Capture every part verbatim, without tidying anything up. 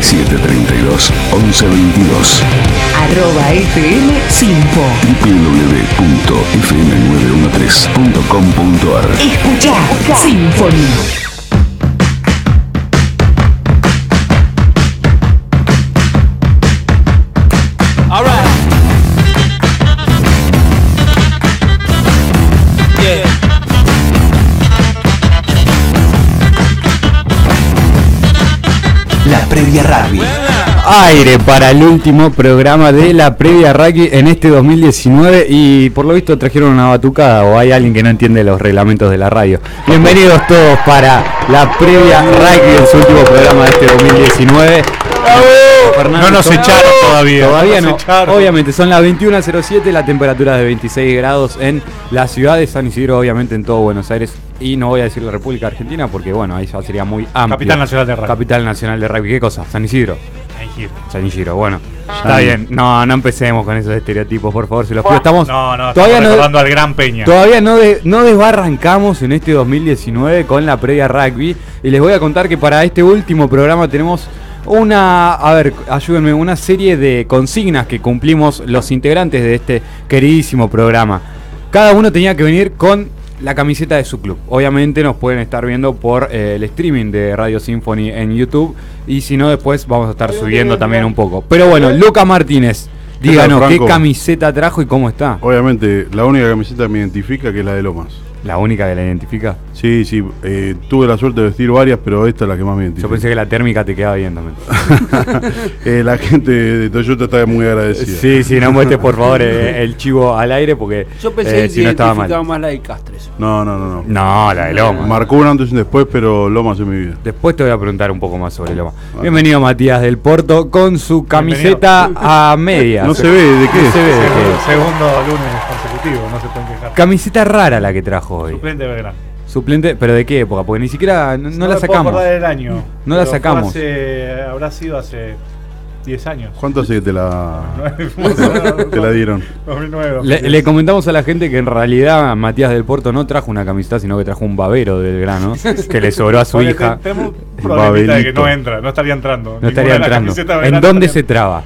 siete treinta y dos, once veintidós. Arroba F M Sinfo. w w w punto f m nueve trece punto com punto a r. Escucha Sinfonía. La previa rugby. Aire para el último programa de la previa rugby en este dos mil diecinueve y por lo visto trajeron una batucada o hay alguien que no entiende los reglamentos de la radio. Bienvenidos todos para la previa rugby en su último programa de este dos mil diecinueve. Fernando, no nos echaron todavía. Todavía no. no. Echaron. Obviamente son las veintiuna cero siete, la temperatura es de veintiséis grados en la ciudad de San Isidro, obviamente en todo Buenos Aires. Y no voy a decir la República Argentina porque bueno, ahí ya sería muy amplio. Capital Nacional de Rugby. Capital Nacional de Rugby. ¿Qué cosa? San Isidro. San Isidro. San Isidro, bueno. Está bien. No, no empecemos con esos estereotipos, por favor, se los pido. Estamos No, no, todavía estamos recordando no, al Gran Peña. Todavía no, de, no desbarrancamos en este dos mil diecinueve con la previa rugby. Y les voy a contar que para este último programa tenemos una, a ver, ayúdenme, una serie de consignas que cumplimos los integrantes de este queridísimo programa. Cada uno tenía que venir con la camiseta de su club. Obviamente nos pueden estar viendo por eh, el streaming de Radio Symphony en YouTube. Y si no, después vamos a estar subiendo también un poco. Pero bueno, Luca Martínez, díganos qué, qué camiseta trajo y cómo está. Obviamente, la única camiseta que me identifica que es la de Lomas. ¿La única que la identifica? Sí, sí, eh, tuve la suerte de vestir varias, pero esta es la que más me identifica. Yo pensé que la térmica te quedaba bien también. eh, la gente de Toyota está muy agradecida. Sí, sí, no muestres por favor el, el chivo al aire porque yo pensé eh, que si no estaba mal. más la de Castres. No, no, no, no. No, la de Lomas. Marcó un antes y un después, pero Lomas en mi vida. Después te voy a preguntar un poco más sobre Lomas. Bueno. Bienvenido Matías del Porto con su camiseta Bienvenido. a medias. No se ve de qué. No se ve de qué. Segundo lunes consecutivo, no se pueden quejar. Camiseta rara la que trajo hoy. Suplente de Belgrano. Suplente, pero ¿de qué época? Porque ni siquiera no, no, no la sacamos. No me puedo acordar del año. No la sacamos. Hace, habrá sido hace diez años. ¿Cuánto hace que te la, te la dieron? dos mil nueve, le, le comentamos a la gente que en realidad Matías del Porto no trajo una camiseta, sino que trajo un babero del grano que le sobró a su Oye, hija. Tenemos un problemita de que no entra, no estaría entrando. No estaría entrando. ¿En dónde se traba?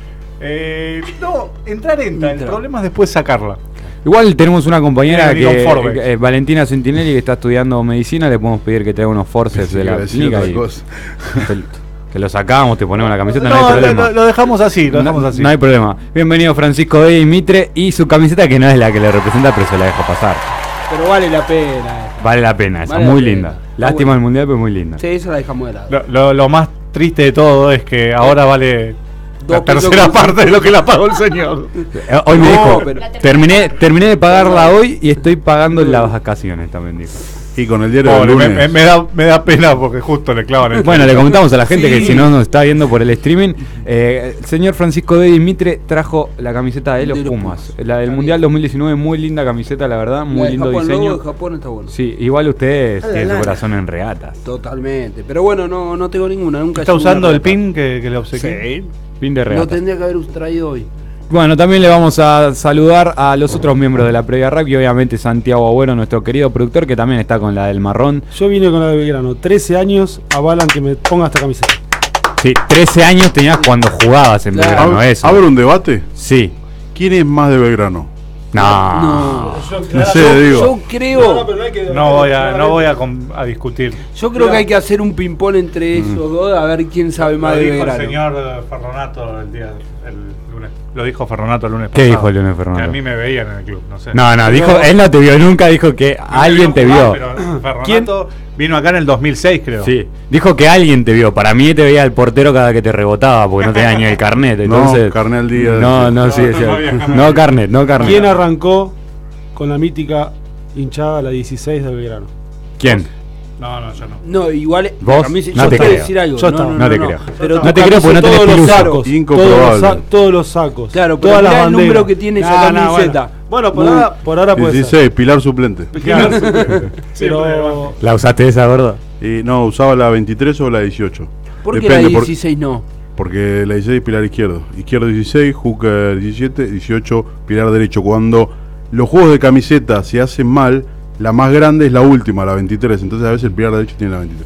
Eh, no, entrar entra. El problema es después sacarla. Igual tenemos una compañera eh, que, que eh, Valentina Centinelli, que está estudiando medicina, le podemos pedir que traiga unos forceps de la clínica y te, te lo sacamos, te ponemos la camiseta, no, no hay problema. Lo, lo dejamos así, lo dejamos no, así. No hay problema. Bienvenido Francisco de Mitre y su camiseta que no es la que le representa, pero se la dejo pasar. Pero vale la pena. Vale la pena, esa, vale muy linda. Pena. Lástima el mundial, pero muy linda. Sí, esa la dejamos de lado. Lo, lo, lo más triste de todo es que ahora vale la tercera parte de lo que la pagó el señor. Hoy me no, dijo, pero... terminé, terminé de pagarla hoy y estoy pagando las vacaciones, también dijo. Y con el diario Pobre, del lunes. Me, me, da, me da pena porque justo le clavan el Bueno, le comentamos a la gente sí. que si no nos está viendo por el streaming, eh, el señor Francisco de Mitre trajo la camiseta de los de Pumas. Pumas. La del Mundial dos mil diecinueve, muy linda camiseta, la verdad, muy la lindo Japón, diseño. De Japón está bueno. Sí, igual ustedes tienen su corazón en regatas. Totalmente, pero bueno, no, no tengo ninguna, nunca. ¿Está usando el pin que, que le obsequié? Sí. Pin de regata. Lo tendría que haber traído hoy. Bueno, también le vamos a saludar a los otros miembros de la previa rugby, obviamente Santiago Agüero, nuestro querido productor, que también está con la del marrón. Yo vine con la de Belgrano, trece años avalan que me ponga esta camiseta. Sí, trece años tenías cuando jugabas en claro. Belgrano, eso. ¿Abre un debate? Sí. ¿Quién es más de Belgrano? No, no, yo, no sé, yo, digo. Yo creo. No, no, hay que, no voy a, no voy a, a discutir. Yo creo Mira. que hay que hacer un ping-pong entre mm. esos dos a ver quién sabe más lo de dijo Belgrano. El señor Ferronato el día el lunes. Lo dijo Ferronato el lunes ¿Qué pasado, dijo el lunes Ferronato? Que a mí me veían en el club, no sé. No, no, pero, dijo, él no te vio nunca, dijo que alguien te vio. Pero Ferronato vino acá en el dos mil seis, creo. Sí, dijo que alguien te vio. Para mí te veía el portero cada que te rebotaba porque no tenía ni el carnet. Entonces, no, carnet al día. No, no, no, sí, sí. No, no carnet, no carnet. ¿Quién arrancó con la mítica hinchada la dieciséis de Belgrano? ¿Quién? No, no, yo no. No, igual. ¿Vos? A mí, no yo te creo. decir algo. Yo no, no, no, no te no, creo. Pero no te creo porque no tenés los sacos. Incomprobable. Todos los, todos los sacos. Claro, pero todas las el número que tiene esa nah, camiseta. Nah, bueno. bueno, por ahora, por ahora puede dieciséis, ser. Pilar suplente. Pilar suplente. Pero... ¿La usaste esa, gorda? Y no, usaba la veintitrés o la dieciocho. ¿Por qué Depende, la dieciséis por... no? Porque la dieciséis Pilar izquierdo. Izquierdo dieciséis, Hooker diecisiete, dieciocho Pilar derecho. Cuando los juegos de camiseta se hacen mal, la más grande es la última, la veintitrés. Entonces a veces el Pilar derecho tiene la veintitrés.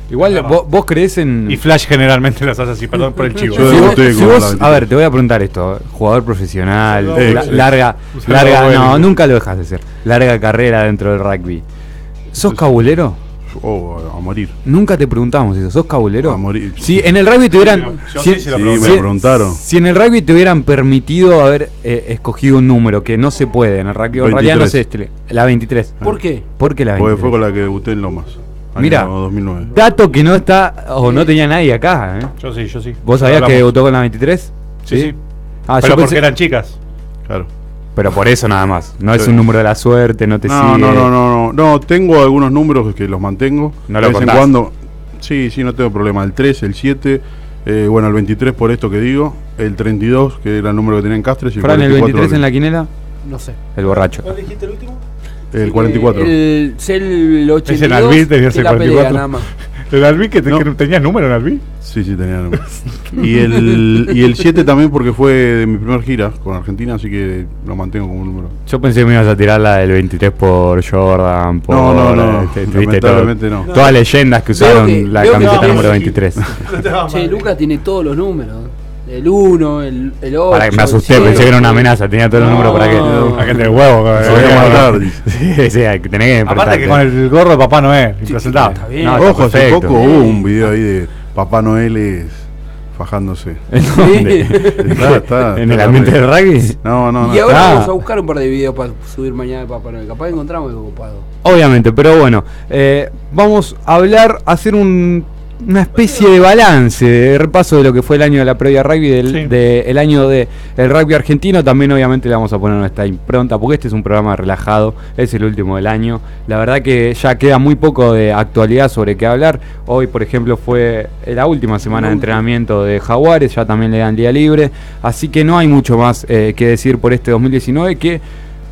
Igual No, no. vos, vos creés en... Y Flash generalmente las hace así, perdón por el chivo. Yo Si vos- debuté si con vos- la a veintitrés. ver, te voy a preguntar esto. Jugador profesional, No, la- sí. larga, Sí. larga, No, no, bueno. nunca lo dejas de ser. Larga carrera dentro del rugby. ¿Sos cabulero? Oh, a morir. Nunca te preguntamos eso. ¿Sos cabulero? A morir. Si en el rugby te hubieran... Yo si, sí se lo Sí, pregunté. me si- preguntaron. si en el rugby te hubieran permitido haber eh, escogido un número, que no se puede en el rugby, en realidad no sé, veintitrés. este, la veintitrés. ¿Por qué? ¿Por qué la Porque veintitrés? fue con la que debuté en Lomas. Año Mira. dos mil nueve. Dato que no está, o no tenía nadie acá, ¿eh? Yo sí, yo sí. ¿Vos sabías que Hablamos. debutó con la veintitrés? Sí, sí. Ah, Pero yo porque pensé- eran chicas. Claro. Pero por eso nada más. No es Sí. un número de la suerte, no te No, sigue. no, no, no, no. No, tengo algunos números que los mantengo. No de lo vez en contás. cuando. Sí, sí, no tengo problema. El tres, el siete, eh, bueno, el veintitrés por esto que digo. El treinta y dos, que era el número que tenía en Castres. Y el Fran, el cuarenta y cuatro veintitrés en la que- quinela, No sé. el borracho. ¿Cuál dijiste el último? El cuarenta y cuatro. El, sé el ochenta y dos. Es el Albi, tenías que el la pelea, cuarenta y cuatro. nada más. ¿El Albi que, te, No. que tenías número en Albi? Sí, sí, tenía número. y el y el siete también porque fue de mi primer gira con Argentina, así que lo mantengo como un número. Yo pensé que me ibas a tirar la del veintitrés por Jordan, por... No, no, no, este, tuviste lamentablemente todo- no. Todas leyendas que Veo usaron que- la veo que camiseta no, número sí. veintitrés. Che, Lucas tiene todos los números. El uno, el, el ocho. Para que me asusté, el pensé que era una siete. amenaza, tenía todos los números para que... No. Aquel del huevo. que- Se voy a matar, dice. Sí, sí, hay que tener que Aparte que despertarte. con el gorro de Papá Noel, Sí, impresentable. está bien. No, está Ojo, hace perfecto. poco hubo un video ahí de Papá Noel es fajándose. ¿En dónde? Está- está- ¿En el está ambiente del terrible. rugby? No, no, no. Y ahora está. vamos a buscar un par de videos para subir mañana de Papá Noel. Capaz encontramos algo ocupado. Obviamente, pero bueno, eh, vamos a hablar, hacer un, una especie de balance, de repaso de lo que fue el año de la previa rugby, del Sí. de- el año del rugby argentino. También obviamente le vamos a poner nuestra impronta, porque este es un programa relajado, es el último del año. La verdad que ya queda muy poco de actualidad sobre qué hablar. Hoy, por ejemplo, fue la última semana de entrenamiento de Jaguares, ya también le dan día libre, así que no hay mucho más eh, que decir por este dos mil diecinueve, que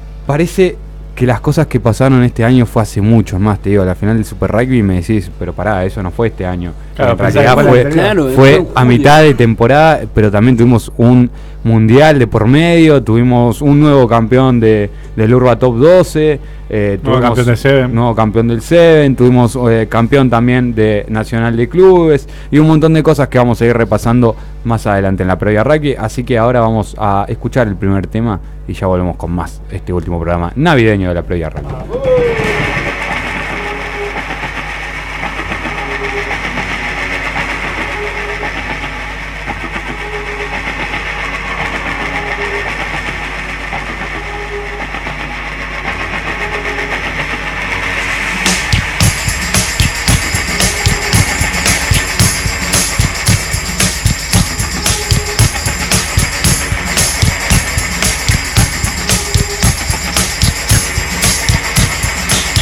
parece que las cosas que pasaron este año fue hace mucho más, te digo, la final del Super Rugby me decís, pero pará, eso no fue este año. Claro, en pensá realidad que fue fue, el anterior. Claro, fue fue en a julio. mitad de temporada, pero también tuvimos un mundial de por medio, tuvimos un nuevo campeón de, del Urba Top doce, eh, Nuevo tuvimos campeón del Seven. nuevo campeón del Seven, tuvimos eh, campeón también de Nacional de Clubes y un montón de cosas que vamos a ir repasando más adelante en la previa rugby, así que ahora vamos a escuchar el primer tema y ya volvemos con más este último programa navideño de la previa rugby. Thank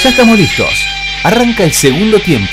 Ya estamos listos. Arranca el segundo tiempo.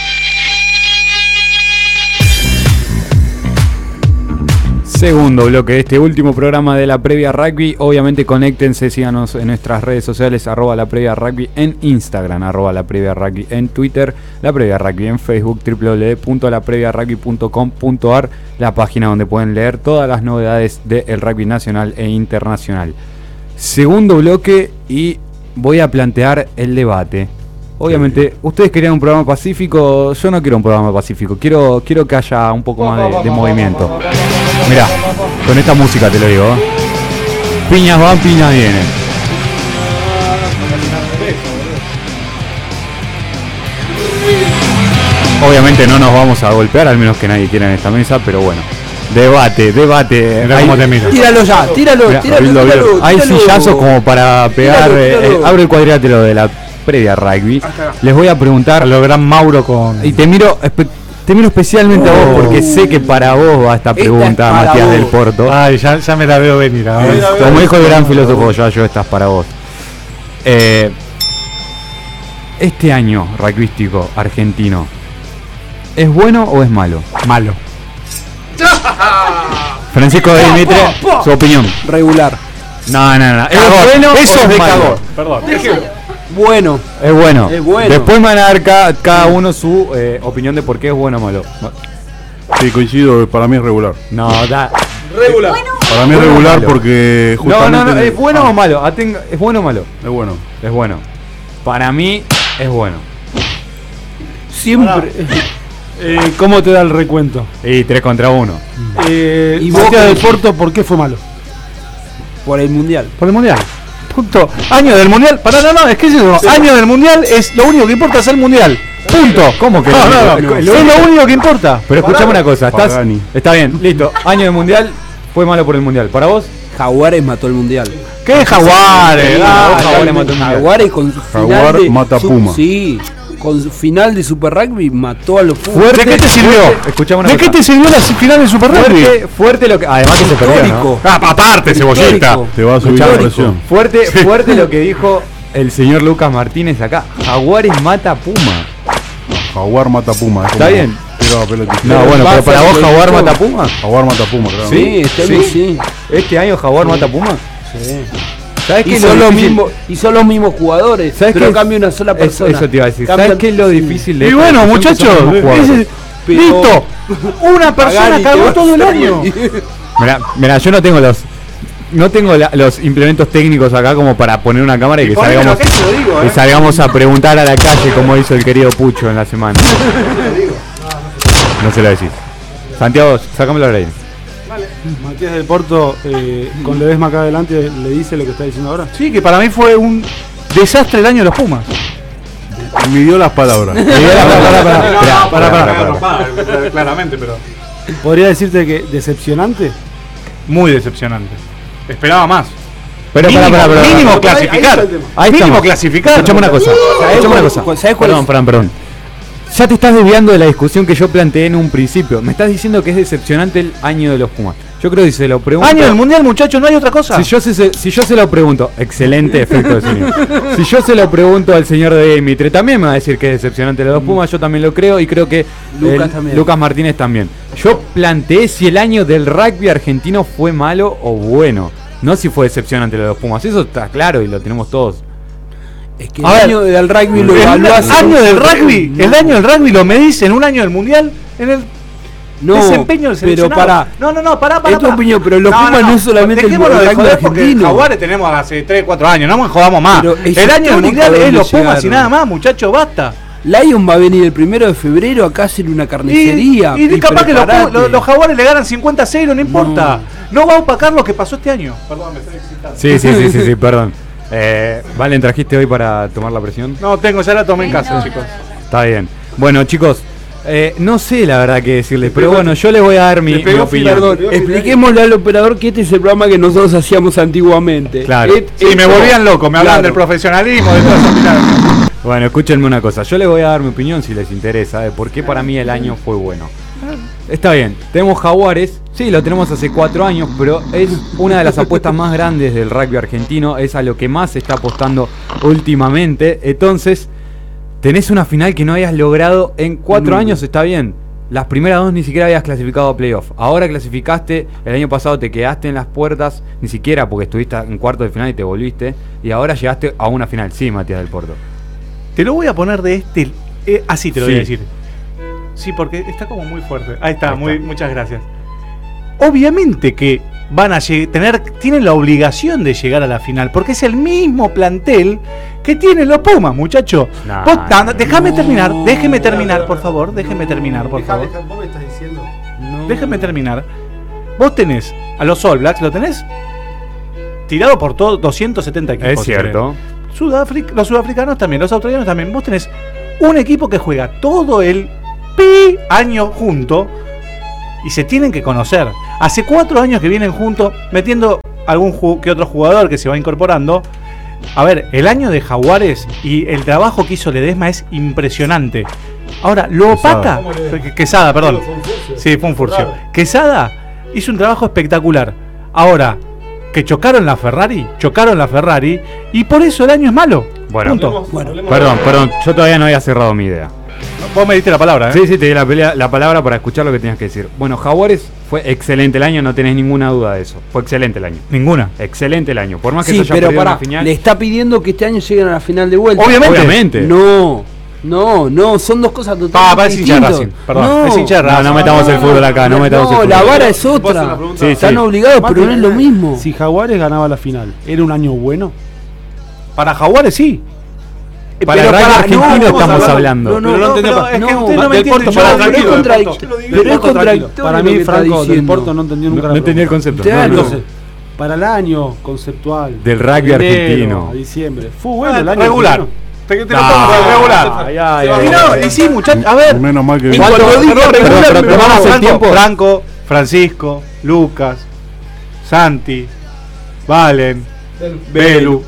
Segundo bloque de este último programa de la Previa Rugby. Obviamente conéctense, síganos en nuestras redes sociales, arroba la Previa Rugby en Instagram, arroba la Previa Rugby en Twitter, la Previa Rugby en Facebook, doble u doble u doble u punto la previa rugby punto com punto a r, la página donde pueden leer todas las novedades del rugby nacional e internacional. Segundo bloque y voy a plantear el debate. Obviamente, ustedes querían un programa pacífico, yo no quiero un programa pacífico, quiero, quiero que haya un poco más de, de movimiento. Mirá, con esta música te lo digo, ¿eh? Piñas van, piñas vienen. Obviamente no nos vamos a golpear, al menos que nadie quiera en esta mesa, pero bueno. Debate, debate. Mirá cómo te miro. Tíralo ya, tíralo, Mirá, tíralo, tíralo, tíralo, Hay tíralo. sillazos como para pegar. Tíralo, tíralo. eh, abre el cuadrilátero de la Previa Rugby. Les voy a preguntar. A lo gran Mauro con. Y te miro, espe- te miro especialmente a vos porque sé que para vos va esta Esta pregunta, es para Matías vos. del Porto. Ay, ya, ya me la veo venir. A ver. Como dijo el gran filósofo Yayo, esta es para vos. Eh, este año rugbyístico argentino, ¿es bueno o es malo? Malo. Francisco de Dimitre, su opinión. Regular. No, no, no. ¿Es Cagón. bueno Eso o es de malo? cagón. Perdón. Bueno. Es bueno. Es bueno. Después van a dar ca- cada uno su eh, opinión de por qué es bueno o malo. Sí, coincido, para mí es regular. No, da. Regular. Para mí es Bueno o regular malo. porque No, justamente... no, no. ¿Es bueno Ah, o malo? Atenga- ¿Es bueno o malo? Es bueno. Es bueno. Para mí es bueno. Siempre. Eh, ¿Cómo te da el recuento? Y tres contra uno. Eh, ¿Y ¿Y vos Matías qué del dijiste? Porto por qué fue malo? Por el mundial. Por el mundial. Punto. Año del mundial. Para, no, no, es que es eso. Año del mundial es lo único que importa, es el mundial. Punto. ¿Cómo que No, no? no, no. Es Es lo lo único que importa. Pero escuchame una cosa, estás, Pagani. está bien, listo. Año de mundial, fue malo por el mundial. ¿Para vos? Jaguares mató el mundial. ¿Qué jaguares? Sí, Ah, Jaguares Jaguares mató el mundial. Jaguares con su Jaguar final de mata su- Puma. Sí, con su final de Super Rugby mató a los Pumas. Fuerte. ¿De qué te sirvió? Fuerte. Escuchame una ¿De qué cosa. te sirvió la final de Super Rugby? Fuerte, fuerte lo que. Además que se perdió, ¿no? Histórico. Ah, aparte, cebollita. Histórico. Te va a subir la Histórico. presión. Fuerte, fuerte lo que dijo el señor Lucas Martínez acá. Jaguares mata Puma. Jaguar mata Puma. es ¿Está como bien? tiro a pelotita. No, bueno, pero para vos Jaguar mata Puma. Jaguar mata Puma, claro. Sí, este año sí. Este año Jaguar mata Puma. Sí. ¿Sabes qué Y es lo son, los difícil? mismos, y son los mismos jugadores, ¿Sabes pero qué? cambia una sola Eso, persona. eso te iba a decir. Cambian- ¿Sabes qué es lo difícil de Y esta bueno, decisión? Que son muchachos, los mismos jugadores. ese- Pero- listo. Una persona Pagani, cagó te todo el vas a año. ir. Mirá, mirá, yo no tengo los no tengo la- los implementos técnicos acá como para poner una cámara y, que poneme salgamos lo que te lo digo, y eh. salgamos a preguntar a la calle como hizo el querido Pucho en la semana. No se lo decís. Santiago, sácamelo al aire. Matías del Porto, eh, con Ledesma acá adelante, le dice lo que está diciendo ahora. Sí, que para mí fue un desastre el año de los Pumas. Midió las palabras. Pará, pará, pará, pará. Claramente, pero. ¿Podría decirte que decepcionante? Muy decepcionante. Esperaba más. Pero mínimo, pará, pará, pará, mínimo pará. clasificar. Ahí mínimo estamos. clasificar. Escuchame una cosa. Escuchame una cosa. ¿Sabés cuál Perdón, es? perdón, perdón. Ya te estás desviando de la discusión que yo planteé en un principio. Me estás diciendo que es decepcionante el año de los Pumas. Yo creo que si se lo pregunto. Año del mundial, muchachos, no hay otra cosa. Si yo, se, si yo se lo pregunto, excelente efecto de sonido. Si yo se lo pregunto al señor de Dimitre, también me va a decir que es decepcionante los dos Pumas, yo también lo creo y creo que Lucas el- también. Lucas Martínez también. Yo planteé si el año del rugby argentino fue malo o bueno, no si fue decepcionante los dos Pumas. Eso está claro y lo tenemos todos. Es que el A ver, año del rugby lo el evaluás. año del rugby, No. el año del rugby lo medís en un año del mundial, en el No, desempeño del pero seleccionado. para. No, no, no, pará, pará. Es tu pará. opinión, pero los Pumas no es solamente el Dejémonos de rugby joder porque argentino. Jaguares tenemos hace tres, cuatro años, no nos jodamos más. Pero es El año del histórico mundial de es dónde los Pumas y llegaron. nada más, muchachos, basta. Lion va a venir el primero de febrero acá a hacer una carnicería. Y, y capaz que los, preparate. los, los Jaguares le ganan cincuenta a cero, no importa. No, va a opacar lo que pasó este año. Perdón, me estoy excitando. Sí, sí, sí, sí, sí, perdón. Eh, Valen, ¿trajiste hoy para tomar la presión? No, tengo, ya la tomé en casa, chicos. Está bien. Bueno, chicos, eh, no sé la verdad qué decirles, pero bueno, yo les voy a dar mi, mi opinión. Perdón, expliquémosle al operador que este es el programa que nosotros hacíamos antiguamente. Claro. Et- Sí, me esto- volvían loco, me hablaban Claro. del profesionalismo, de todas esas pilares. Bueno, escúchenme una cosa. Yo les voy a dar mi opinión si les interesa de por qué para mí el año fue bueno. Está bien, tenemos Jaguares, sí, lo tenemos hace cuatro años, pero es una de las apuestas más grandes del rugby argentino, es a lo que más se está apostando últimamente. Entonces, tenés una final que no habías logrado en cuatro Mm. años, está bien. Las primeras dos ni siquiera habías clasificado a playoff. Ahora clasificaste, el año pasado te quedaste en las puertas, ni siquiera porque estuviste en cuarto de final y te volviste, y ahora llegaste a una final. Sí, Matías del Porto. Te lo voy a poner de este. eh, así te lo Sí. voy a decir. Sí, porque está como muy fuerte. Ahí está, Ahí muy, está. muchas gracias. Obviamente que van a lleg- tener, tienen la obligación de llegar a la final, porque es el mismo plantel que tienen los Pumas, muchacho. Nah, Vos- nah, anda, déjame no. terminar, déjeme terminar, por favor, déjeme terminar, por Dejá, favor. dejá, vos me estás diciendo. No. Déjeme terminar. Vos tenés a los All Blacks, lo tenés tirado por todo doscientos setenta equipos. Es cierto. Sudáfrica, los sudafricanos también, los australianos también. Vos tenés un equipo que juega todo el pi año junto y se tienen que conocer. Hace cuatro años que vienen juntos, metiendo algún ju- que otro jugador que se va incorporando. A ver, el año de Jaguares y el trabajo que hizo Ledesma es impresionante. Ahora, lo Quesada. opata. Que- Quesada, perdón. Fue un furcio. Sí, fue un furcio. Raro. Quesada hizo un trabajo espectacular. Ahora, que chocaron la Ferrari, chocaron la Ferrari, y por eso el año es malo. Bueno, Punto. Hablemos- Bueno, hablemos Perdón, de- perdón, yo todavía no había cerrado mi idea. Vos me diste la palabra, ¿eh? Sí, sí, te di la, pelea- la palabra para escuchar lo que tenías que decir. Bueno, Jaguares fue excelente el año, no tenés ninguna duda de eso. Fue excelente el año. Ninguna. Excelente el año. Por más que Sí, se haya pero perdido pará, una final. le está pidiendo que este año lleguen a la final de vuelta. Obviamente. Obviamente. No, no, no, son dos cosas Pa, totalmente pa, es hincha de distintas. Racing, perdón, no, es hincha de No, Racing. no metamos el fútbol acá, no metamos el no, fútbol. la vara es ¿Puedo hacer otra. una pregunta? Sí, sí. Están obligados, Mati, pero no es lo mismo. Si Jaguares ganaba la final, ¿era un año bueno? Para Jaguares sí. Para el Pero rugby pará, argentino no, estamos vamos a- hablando. no, no, Pero no no, entendés, pero es que no, ustedes no me Del entienden. Porto, yo pará, hablo pero es tranquilo, contra- del Porto. pero Del es Porto, tranquilo. contradictorio Para lo mí, que está Franco, del diciendo. Porto no entendió nunca No, la no entendí el pregunta. concepto. Claro. No, no. Entonces, para el año conceptual Del rugby de enero argentino. a diciembre, ¿fue bueno Ah, el año regular. argentino? Te, te lo No. tomo de regular. Ay, ay, Y ay, no, ay. y sí, muchachos, a ver. Menos mal que Y vino. cuando Perdón, diga perdón, regular, perdón, me perdón, vamos al Franco, tiempo. Franco, Francisco, Lucas, Santi, Valen, Belu,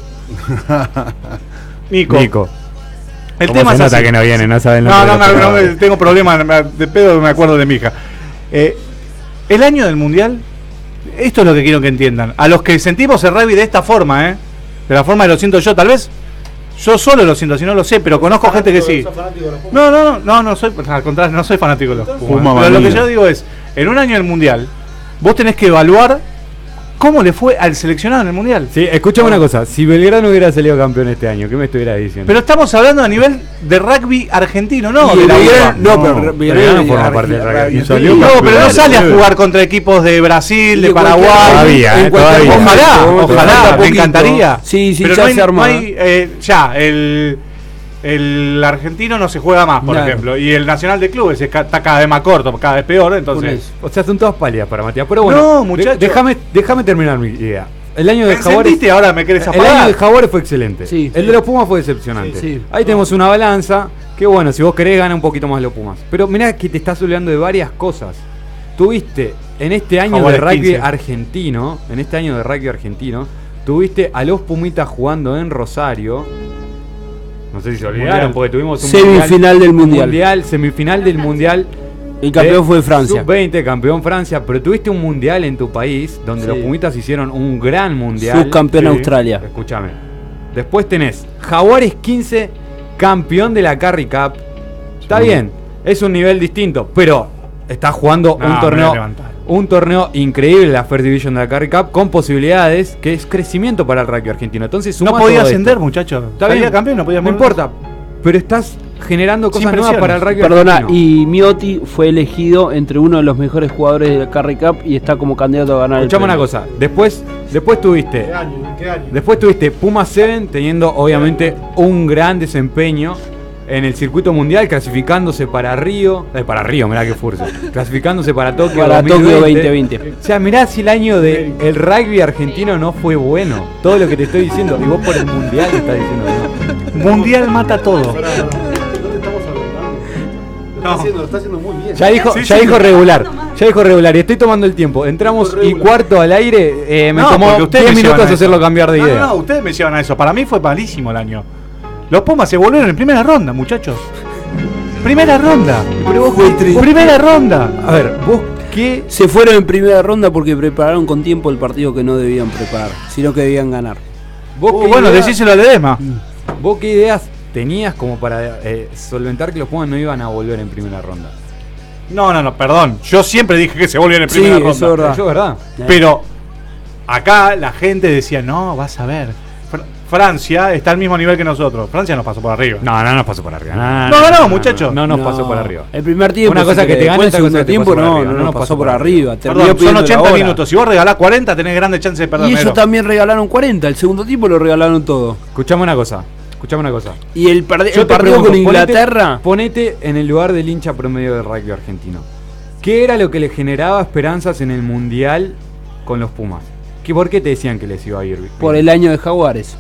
Nico. Nico. El ¿Cómo tema se es nota así. que no viene? No saben No, no, no, no, no, tengo problemas me- de pedo, me acuerdo de mi hija. Eh, el año del mundial, esto es lo que quiero que entiendan. A los que sentimos el rugby de esta forma, ¿eh? De la forma que lo siento yo, tal vez yo solo lo siento, si no lo sé, pero conozco gente que sí. ¿Sos fanático de los Pumas? No, no, no, no, no soy, al contrario, no soy fanático de los Pumas. Puma Pero lo que manía. yo digo es, en un año del mundial, vos tenés que evaluar cómo le fue al seleccionado en el mundial. Sí, escúchame una cosa. Si Belgrano hubiera salido campeón este año, ¿qué me estuviera diciendo? Pero estamos hablando a nivel de rugby argentino, no Y de la Belgrano- UEFA. no, No, pero Belgrano forma parte del rugby. argentino. Y salió No, pero no campeón. sale a jugar contra equipos de Brasil, de De cualquier- Paraguay. Todavía, en eh, cualquier todavía. momento, Ojalá, te ojalá, falta me poquito. encantaría. Sí, sí, pero ya no hay, se arma. no hay, eh, ya, el, el argentino no se juega más, por Claro. ejemplo. Y el nacional de clubes es ca- está cada vez más corto, cada vez peor. Por Entonces, eso. O sea, son todas pálidas para Matías. Pero bueno, No, de- muchacho. déjame, déjame terminar mi idea. El año de me Jaguares. encendiste y ahora me querés El apagar. año de Jaguares fue excelente. Sí, el sí. de los Pumas fue decepcionante. Sí, sí. Ahí tenemos una balanza. Que bueno, si vos querés, gana un poquito más los Pumas. Pero mirá que te estás olvidando de varias cosas. Tuviste en este año Jaguares de rugby quince. argentino, en este año de rugby argentino, tuviste a los Pumitas jugando en Rosario. No sé si se olvidaron, Mundial. porque tuvimos un Semifinal del un mundial. mundial, semifinal del mundial. El campeón fue Francia. sub veinte, campeón Francia, pero tuviste un mundial en tu país donde Sí. los Pumitas hicieron un gran mundial. Subcampeón Sí. Australia. Escúchame. Después tenés Jaguares quince, campeón de la Carry Cup. Está Sí. bien, es un nivel distinto, pero está jugando No, un me torneo voy a levantar. un torneo increíble, la First Division de la Carry Cup, con posibilidades, que es crecimiento para el rugby argentino. Entonces, No suma podía todo ascender, esto. muchachos. Está Salía bien, campeón, no podía no mover. importa, pero estás generando Sin cosas nuevas presiones. para el rugby Perdona, argentino. y Miotti fue elegido entre uno de los mejores jugadores de la Carry Cup y está como candidato a ganar Escuchame el una premio. cosa, después, después tuviste ¿Qué año? ¿Qué año? Después tuviste Puma siete teniendo obviamente un gran desempeño en el circuito mundial, clasificándose para Río, eh, para Río, mirá que furcio, clasificándose para Tokio Para dos mil Tokio veinte. veinte veinte. O sea, mirá si el año del el rugby argentino no fue bueno, todo lo que te estoy diciendo, y vos por el mundial me estás diciendo que no. Mundial mata todo. Pará, pará, no te estamos hablando. Lo No. está haciendo, lo está haciendo muy bien. Ya dijo, Sí, ya sí. dijo regular, ya dijo regular, y estoy tomando el tiempo, entramos y Regular. cuarto al aire, eh, me No, tomó porque ustedes diez me llevan minutos a eso. hacerlo cambiar de No, idea. No, no, ustedes me llevan a eso. Para mí fue malísimo el año. Los Pumas se volvieron en primera ronda, muchachos. Primera ronda. Pero vos, Fue triste. Primera ronda. a ver, vos qué. Se fueron en primera ronda porque prepararon con tiempo el partido que no debían preparar, sino que debían ganar. Vos Uh, qué bueno, idea- decíselo a Ledesma. ¿Vos qué ideas tenías como para eh, solventar que los Pumas no iban a volver en primera ronda? No, no, no, perdón. Yo siempre dije que se volvían en Sí, primera eso ronda. es verdad. Eso es verdad. Pero acá la gente decía, no, vas a ver. Fr- Francia está al mismo nivel que nosotros. Francia nos pasó por arriba. No, no nos pasó por arriba. No, no, muchacho. No nos No, pasó por arriba. El primer tiempo. Una cosa sí, que te gane, después otra el cosa segundo que te tiempo pase por no, arriba. no nos pasó por arriba. Terminó Perdón, son pidiendo la ochenta hora. minutos. Si vos regalás cuarenta, tenés grandes chances de perder. Y ellos negro. también regalaron cuarenta. El segundo tiempo lo regalaron todo. Escuchame una cosa. Escuchame una cosa. Y el, perde- Yo el te partido pregunto, con Inglaterra. Ponete, ponete en el lugar del hincha promedio del rugby argentino. ¿Qué era lo que le generaba esperanzas en el mundial con los Pumas? ¿Qué, ¿Por qué te decían que les iba a ir bien? Por el año de Jaguares.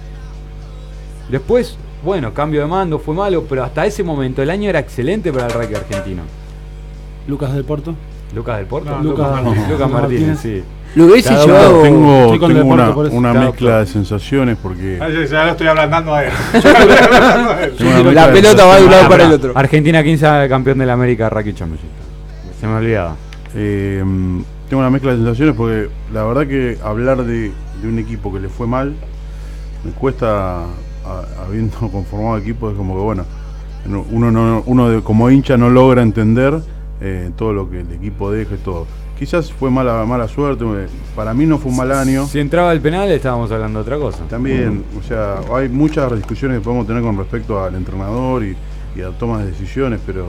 Después, bueno, cambio de mando, fue malo, pero hasta ese momento el año era excelente para el rugby argentino. Lucas del Porto. Lucas del Porto. No, Lucas, Lucas- Martínez, Lucas Lucas Martínez, Martínez. sí. Lo hubiese Cada llevado. uno Tengo, Estoy con tengo Deporte, una, por eso. una Claro, mezcla claro. de sensaciones porque. Ah, ya, ya lo estoy ablandando a él. tengo una mezcla La de pelota va de un lado sensaciones. para el otro. Argentina quince campeón de la América Rugby Championship. Se me olvidaba. Eh, tengo una mezcla de sensaciones porque la verdad que hablar de, de un equipo que le fue mal me cuesta, a- habiendo conformado equipo, es como que bueno, no- uno no uno de- como hincha no logra entender eh, todo lo que el equipo deja y todo. Quizás fue mala mala suerte, eh, para mí no fue un mal año. Si entraba el penal estábamos hablando de otra cosa. También, o sea, hay muchas discusiones que podemos tener con respecto al entrenador y, y a tomas de decisiones, pero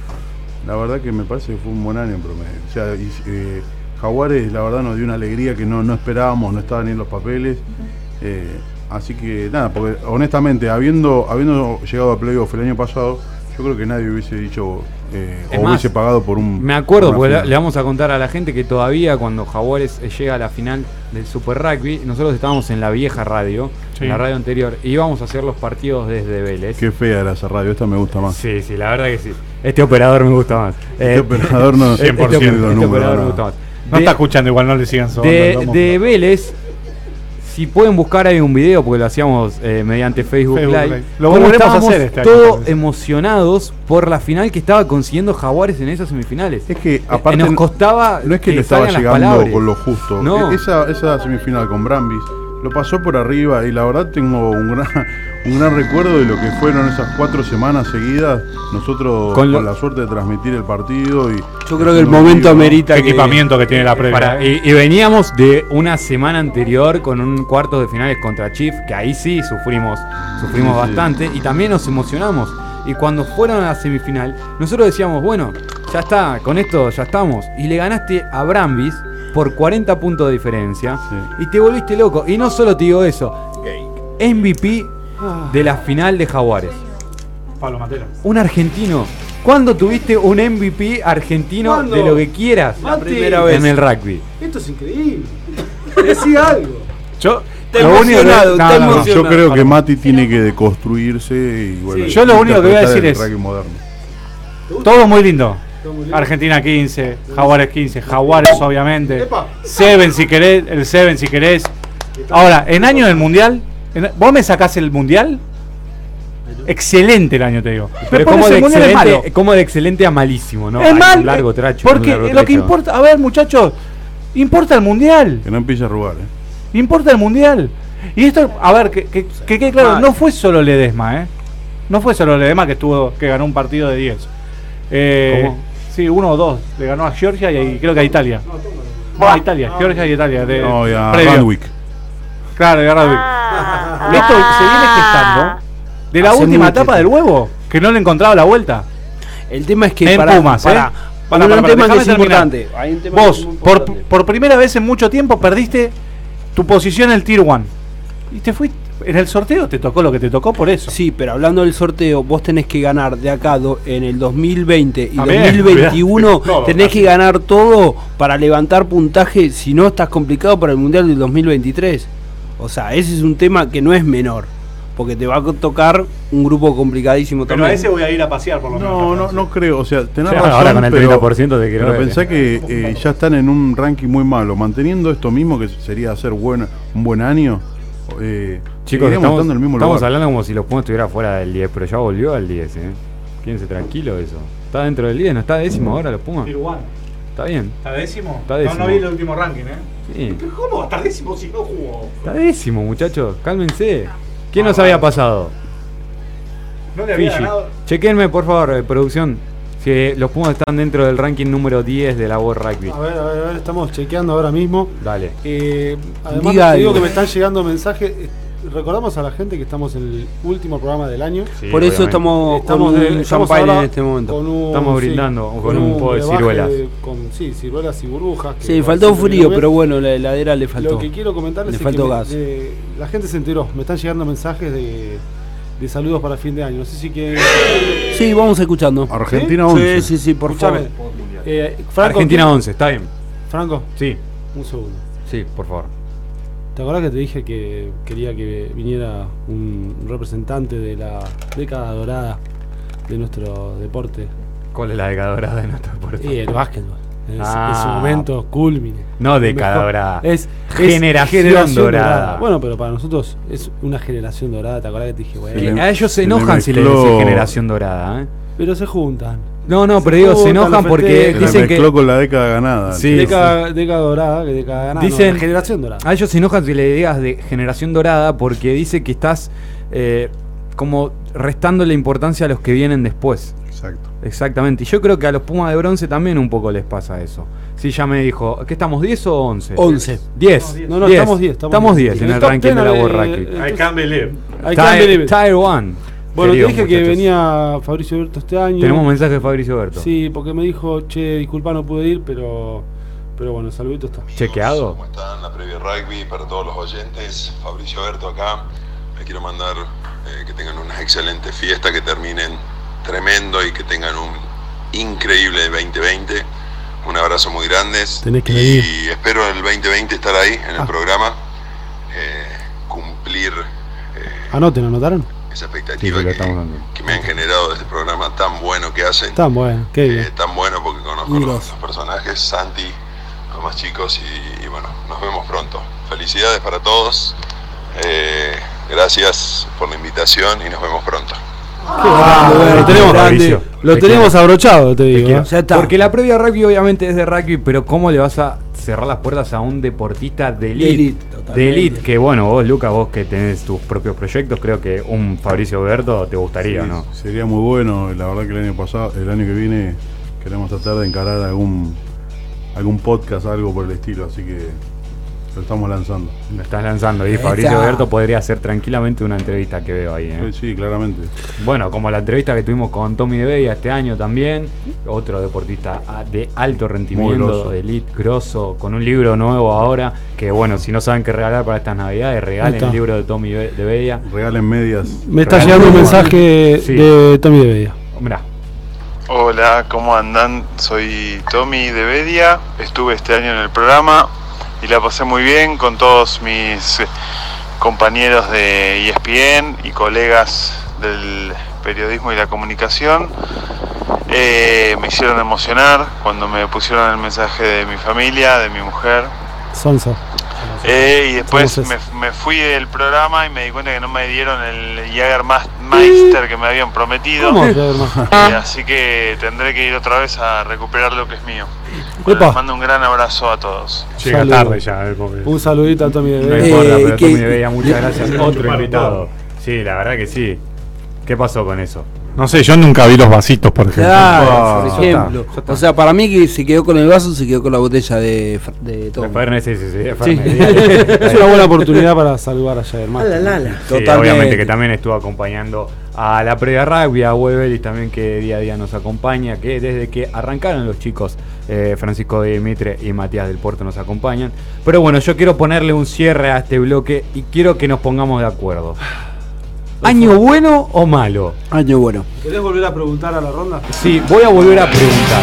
la verdad que me parece que fue un buen año en promedio. O sea, y, eh, Jaguares la verdad nos dio una alegría que no, no esperábamos, no estaban ni en los papeles. Eh, así que nada, porque honestamente, habiendo, habiendo llegado a playoff el año pasado, yo creo que nadie hubiese dicho eh, Es o más, hubiese pagado por un. Me acuerdo, por una porque le, final. le vamos a contar a la gente que todavía cuando Jaguares eh, llega a la final del Super Rugby, nosotros estábamos en la vieja radio, Sí. en la radio anterior, y íbamos a hacer los partidos desde Vélez. Qué fea era esa radio, esta me gusta más. Sí, sí, la verdad que sí. Este operador me gusta más. Este operador no- este, cien por ciento este los números, operador me no. gusta más. No De- está escuchando, igual no le sigan sobando. de, vamos. de Vélez, si pueden buscar ahí un video, porque lo hacíamos eh, mediante Facebook, Facebook Live. Live. Lo cómo volveremos a estábamos hacer este año, todos parece. emocionados por la final que estaba consiguiendo Jaguares en esas semifinales. Es que Eh, aparte nos costaba no es que que le estaba salgan las llegando palabras. con lo justo. No. E- Esa, esa semifinal con Brambis lo pasó por arriba y la verdad tengo un gran, un gran recuerdo de lo que fueron esas cuatro semanas seguidas. Nosotros Con con, lo- la suerte de transmitir el partido y Yo creo que el haciendo momento vivo. amerita Qué que. equipamiento que tiene la previa. Para- y, y veníamos de una semana anterior con un cuarto de finales contra Chief, que ahí sí sufrimos, sufrimos Sí, sí. bastante y también nos emocionamos. Y cuando fueron a la semifinal, nosotros decíamos, bueno, ya está, con esto ya estamos. Y le ganaste a Brambis por cuarenta puntos de diferencia Sí. y te volviste loco. Y no solo te digo eso, M V P de la final de Jaguares. Pablo Matera. Un argentino. ¿Cuándo tuviste un M V P argentino ¿Cuándo? de lo que quieras Mati, primera vez. en el rugby? Esto es increíble. Decía algo. Yo, Está lo único que- emocionado, está no, no, no. emocionado. Yo creo que Mati tiene que deconstruirse y bueno. Sí. Yo lo único que voy a decir interpretar es- el rugby moderno. todo muy lindo. Todo muy lindo. Argentina quince, Jaguares quince, Jaguares obviamente. Epa. Seven si querés, el Seven si querés. Ahora, en año del mundial, en- vos me sacás el mundial. Excelente el año, te digo. Pero Me como pones de, el mundial es malo. excelente, como de excelente a malísimo, ¿no? Es Hay mal, un largo eh, tracho. un porque largo lo que trecho. importa, a ver, muchachos, importa el mundial. Que no empiece a robar, ¿eh? Importa el mundial. Y esto, a ver, que que- que quede claro, Ah. no fue solo Ledesma, ¿eh? No fue solo Ledesma que estuvo que ganó un partido de diez. Eh, ¿Cómo? Sí, uno o dos. Le ganó a Georgia y, y creo que a Italia. No, a Italia, Georgia y Italia. De, No, ya, previo. Randwick. Claro, de Radwick. Esto se viene gestando de la Hace última mucho etapa del tiempo. huevo, que no le encontraba la vuelta. El tema es que En para, Pumas, para, ¿eh? para, Para, un para, tema que déjame es terminar. importante. Hay un tema que Vos, es muy por, importante. por primera vez en mucho tiempo, perdiste tu posición en el Tier uno. Y te fuiste. En el sorteo te tocó lo que te tocó por eso. Sí, pero hablando del sorteo, vos tenés que ganar de acá do- en el dos mil veinte y También, dos mil veintiuno, todo, tenés casi. que ganar todo para levantar puntaje, si no estás complicado para el Mundial del dos mil veintitrés. O sea, ese es un tema que no es menor, porque te va a tocar un grupo complicadísimo Pero también. a ese voy a ir a pasear por lo menos. No, no, no creo. O sea, tenés Sí, razón, ahora con el pero, treinta por ciento te quiero pero ver. pensá que eh, ya están en un ranking muy malo. Manteniendo esto mismo, que sería hacer buen, un buen año, eh, Chicos, seguiremos estamos, estando en el mismo estamos lugar. hablando como si los Pumas estuviera fuera del diez, pero ya volvió al diez, ¿eh? Quédense tranquilo eso. Está dentro del diez, ¿no está décimo ahora los Pumas? Tijuana. Está bien. ¿Está décimo? Está décimo. No, no vi el último ranking, ¿eh? Sí. ¿Pero cómo va a estar décimo si no jugó? Está décimo, muchachos. Cálmense. ¿Quién Ah, nos vale. había pasado? No le había Fiji. ganado. Chequenme, por favor, eh, producción. Si los Pumas están dentro del ranking número diez de la World Rugby. A ver, a ver, a ver, estamos chequeando ahora mismo. Dale. Eh, además, Diga te digo algo. que me están llegando mensajes. Eh, Recordamos a la gente que estamos en el último programa del año. Sí, Por eso obviamente. estamos, Estamos, con de- un estamos champagne ahora en este momento. con un- Estamos brindando con un poco de brebaje ciruelas. Con, sí, ciruelas y burbujas. que Sí, igual faltó siempre frío, viene bien. pero bueno, la heladera le faltó. Lo que quiero comentarles Le es faltó que me- gas. de- la gente se enteró. Me están llegando mensajes de, de saludos para fin de año. No sé si que. Sí, vamos escuchando. Argentina Sí, once. sí, sí, por Escuchame, favor. eh, Franco, Argentina ¿qué- once, está bien. Franco, Sí, un segundo. sí, por favor. ¿Te acordás que te dije que quería que viniera un representante de la década dorada de nuestro deporte? ¿Cuál es la década dorada de nuestro deporte? Y el básquetbol. En, Ah. en su momento culmine. No El década mejor- dorada. Es, es Generación dorada. Bueno, pero para nosotros es una generación dorada. ¿Te acordás que te dije, bueno? Que le- a ellos se se le enojan si les mezcló- decís generación dorada, ¿eh? Pero se juntan. No, no, Se pero digo, se juntan, enojan lo porque festejan. Se la dicen mezcló que. con la década ganada. Sí, década, década dorada, que década ganada. Dicen- no, la generación dorada. A ellos se enojan si le digas de generación dorada porque dice que estás eh, como restando la importancia a los que vienen después. Exacto. Exactamente. Y yo creo que a los Pumas de bronce también un poco les pasa eso. Sí, ya me dijo, ¿qué estamos? ¿diez o once? once. diez. No, no, estamos diez. Estamos diez en el top ranking ten, de la eh, World eh, Rugby. I can't believe. I can't believe it. Tier one. Bueno, te queridos dije que muchachos. venía Fabricio Berto este año. Tenemos mensaje de Fabricio Berto. Sí, porque me dijo, che, disculpa, no pude ir, pero pero bueno, el saludito está. ¿Chequeado? ¿Cómo están? La previa rugby para todos los oyentes. Fabricio Berto acá. Les quiero mandar eh, que tengan unas excelentes fiestas, que terminen tremendo y que tengan un increíble veinte veinte. Un abrazo muy grande. Tenés que y venir. espero el veinte veinte estar ahí en el Ah. programa. eh, cumplir eh, Anoten, ¿anotaron? esa Sí, expectativa lo que, estamos dando. que me han generado de este programa tan bueno que hacen. Están bueno, qué bien. Eh, tan bueno porque conozco Muy los, grosso. los personajes, Santi, los más chicos y, y bueno, nos vemos pronto. Felicidades para todos, eh, gracias por la invitación y nos vemos pronto. Ah, bueno, lo tenemos, Fabricio, lo te tenemos quiero. abrochado, te Te digo. quiero. ¿eh? Ya está. Porque la previa rugby obviamente es de rugby, pero ¿cómo le vas a cerrar las puertas a un deportista de elite? De elite, totalmente. De elite, que bueno, vos Lucas, vos que tenés tus propios proyectos, creo que un Fabricio Berto te gustaría, Sí, ¿no? Sería muy bueno. La verdad que el año pasado, el año que viene, queremos tratar de encarar algún algún podcast, algo por el estilo, así que lo estamos lanzando. Lo estás lanzando y Ahí Fabricio está. Berto podría hacer tranquilamente una entrevista que veo ahí, ¿eh? Sí, claramente. Bueno, como la entrevista que tuvimos con Tommy de Bella este año también, otro deportista a- de alto Muy rendimiento, grosso. de elite, grosso, con un libro nuevo ahora, que bueno, si no saben qué regalar para estas navidades, Ahí regalen está. el libro de Tommy Be- de Bella. Regalen medias. Me está Real- llegando un mensaje Sí. de Tommy de Bella. Mirá, Hola, ¿cómo andan? Soy Tommy de Bedia, estuve este año en el programa y la pasé muy bien con todos mis eh, compañeros de E S P N y colegas del periodismo y la comunicación. Eh, me hicieron emocionar cuando me pusieron el mensaje de mi familia, de mi mujer. Sonso. Eh, y después Somos me, eso. me fui del programa y me di cuenta que no me dieron el Jägermeister que me habían prometido. ¿Cómo? Javier? Eh, así que tendré que ir otra vez a recuperar lo que es mío. Bueno, Epa. les mando un gran abrazo a todos. llega Saludo. tarde ya, eh, pobre. Un saludito a Tommy de No Bella. importa, Eh, pero que- Tommy de Bella, muchas gracias. Otro Chupar invitado. todo. Sí, la verdad que sí. ¿Qué pasó con eso? No sé, yo nunca vi los vasitos, por ejemplo. Claro, Ah, por ya ejemplo. está, ya está. O sea, para mí que se quedó con el vaso, se quedó con la botella de, Fer- de Tom. De Fernet, sí, sí, sí, de Sí. Fernet. Es una buena oportunidad para saludar a Javier Mate. Sí, obviamente que también estuvo acompañando a la previa rugby, a Webelis también que día a día nos acompaña, que desde que arrancaron los chicos, eh, Francisco de Dimitre y Matías del Puerto nos acompañan. Pero bueno, yo quiero ponerle un cierre a este bloque y quiero que nos pongamos de acuerdo. ¿Año bueno o malo? Año bueno. ¿Querés volver a preguntar a la ronda? Sí, voy a volver a preguntar.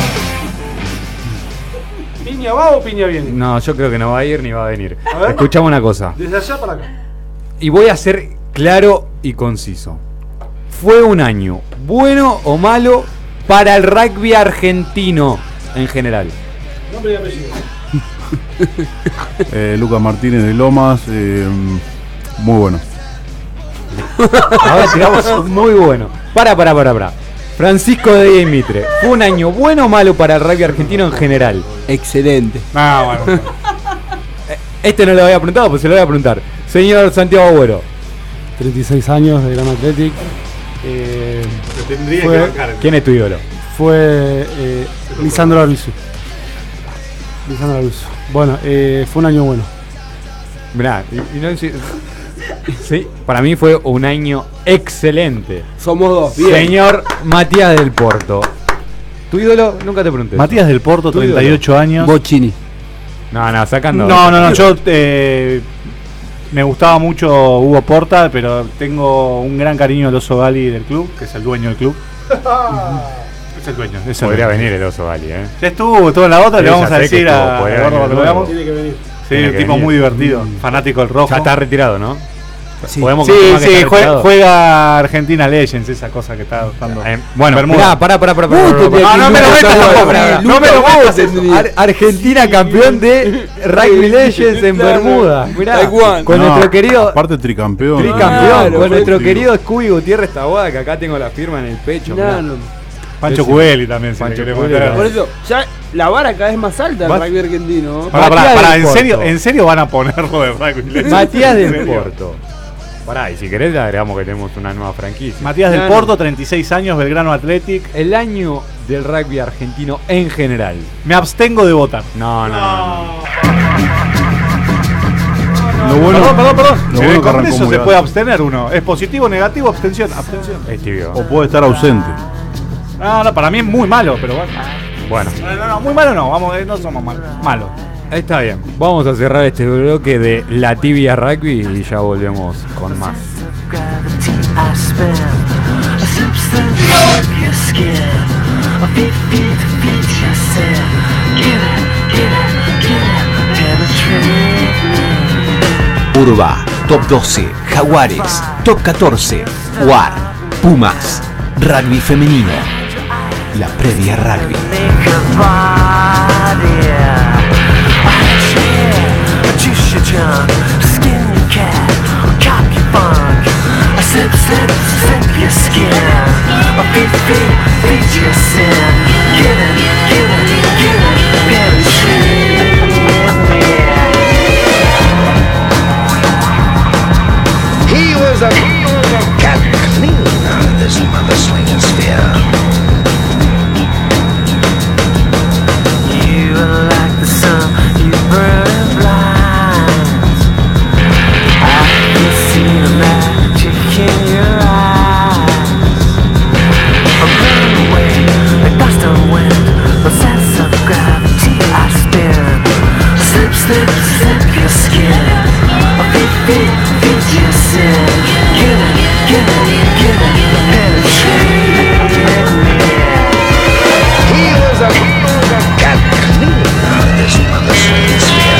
¿Piña va o piña viene? No, yo creo que no va a ir ni va a venir. A ver. Escuchame una cosa. Desde allá para acá. Y voy a ser claro y conciso. ¿Fue un año bueno o malo para el rugby argentino en general? Nombre y apellido. Eh, Lucas Martínez de Lomas, eh, muy bueno. Ahora tiramos muy bueno. Para, para, para, para. Francisco de Mitre, ¿fue un año bueno o malo para el rugby argentino en general? Excelente. Ah, bueno. Este no lo había preguntado, pues se lo voy a preguntar. Señor Santiago Agüero. treinta y seis años de Gran Athletic. Eh, tendría fue, que bancar. ¿Quién es tu ídolo? Fue eh, Lisandro Arbizu. Lisandro Arbizu. Bueno, eh, fue un año bueno. Mirá, y, y no, sí, sí, para mí fue un año excelente. Somos dos, bien. Señor Matías del Porto. ¿Tu ídolo? Nunca te pregunté. Matías del Porto, ¿Tu treinta y ocho ídolo? años. Bocchini. No, no, sacando. No, no, no, yo eh, me gustaba mucho Hugo Porta, pero tengo un gran cariño al Oso Gali del club, que es el dueño del club. Es el dueño. Es el Podría dueño. venir el Oso Gali, ¿eh? Ya estuvo, todo en la otra, Sí, le vamos ya a sé que decir estuvo, a podría Gordo venir cuando lo veamos. Tiene que venir. Sí, Tiene un que tipo venir. muy divertido, fanático del rojo. Ya está retirado, ¿no? Sí. Podemos Sí, confirmar que sí, está jue- retirado. juega Argentina Legends, esa cosa que está buscando. Eh, bueno, Bermuda. mirá, pará, pará, pará, pará, Uh, pará, te- pará. No, no me lo Lucas metas Aguado, tampoco, pará, no me lo Lucas metas Aguado, eso. Ar- Argentina campeón de Rugby Legends en Claro. Bermuda. Mirá, Taiwán. con No, nuestro querido Aparte tricampeón. tricampeón, Claro, con nuestro sí. querido Scooby Gutiérrez Taboada, que acá tengo la firma en el pecho. mirá. No, no. Pancho Sí, sí. Cubeli también, si Pancho le queremos Cubeli, meter. Por eso, ya la vara cada vez más alta Vas- del rugby argentino. Pará, pará, Matías pará, del ¿en serio, Porto. ¿en serio van a ponerlo de Rugby Legends? Matías ¿En del serio? Porto. Pará, y si querés le agregamos que tenemos una nueva franquicia. Matías del No, no. Porto, treinta y seis años, Belgrano Athletic. El año del rugby argentino en general. Me abstengo de votar. No, no, no. no. Lo bueno, Perdón, perdón, perdón. lo En bueno el que arrancó Congreso muy se alto. puede abstener uno. ¿Es positivo, negativo, abstención? Abstención. Es tibio. O puede estar ausente. No, no, para mí es muy malo, pero bueno. Bueno, No, no, no, muy malo no, vamos, eh, no somos malos. Malo. está bien. Vamos a cerrar este bloque de La Tibia Rugby y ya volvemos con más. Urba, Top doce, Jaguares, Top catorce, U A R, Pumas, Rugby femenino, la previa rugby. He was a clean this mother slinging spear. You are like the sun, you burn blind. I can see the magic in your eyes. I'm blown away, the gust of wind, the sense of gravity I spin. Slip, slip, slip your skin. Beat, beat, beat your sin. Get it, get it, get it, penetrate me. He was a, he was a cat clean this mother slinging spear.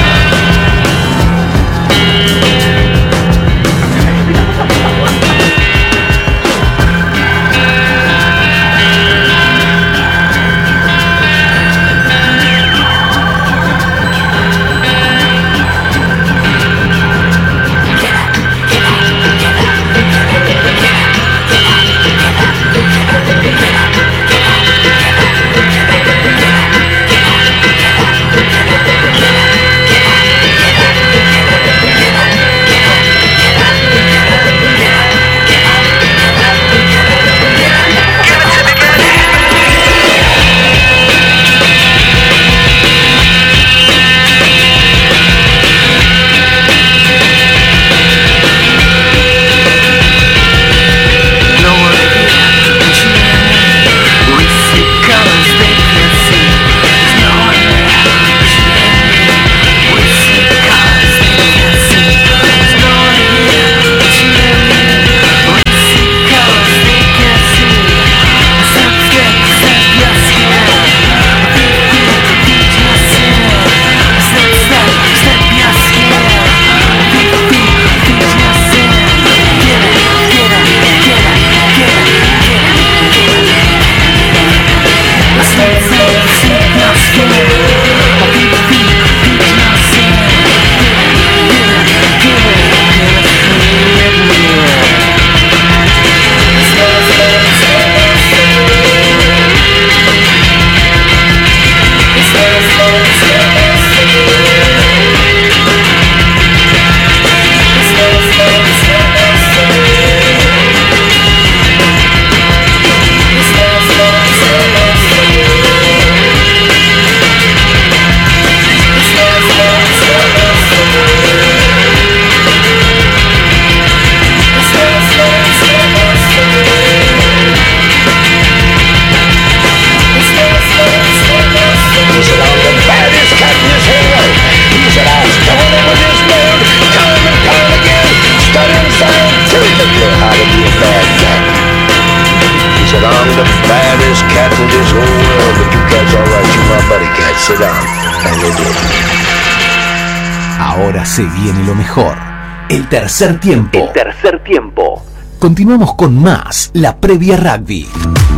in this whole world, but you cats alright, you my buddy cats, sit down. And they did. Ahora se viene lo mejor. El tercer tiempo. El tercer tiempo. Continuamos con más La Previa Rugby.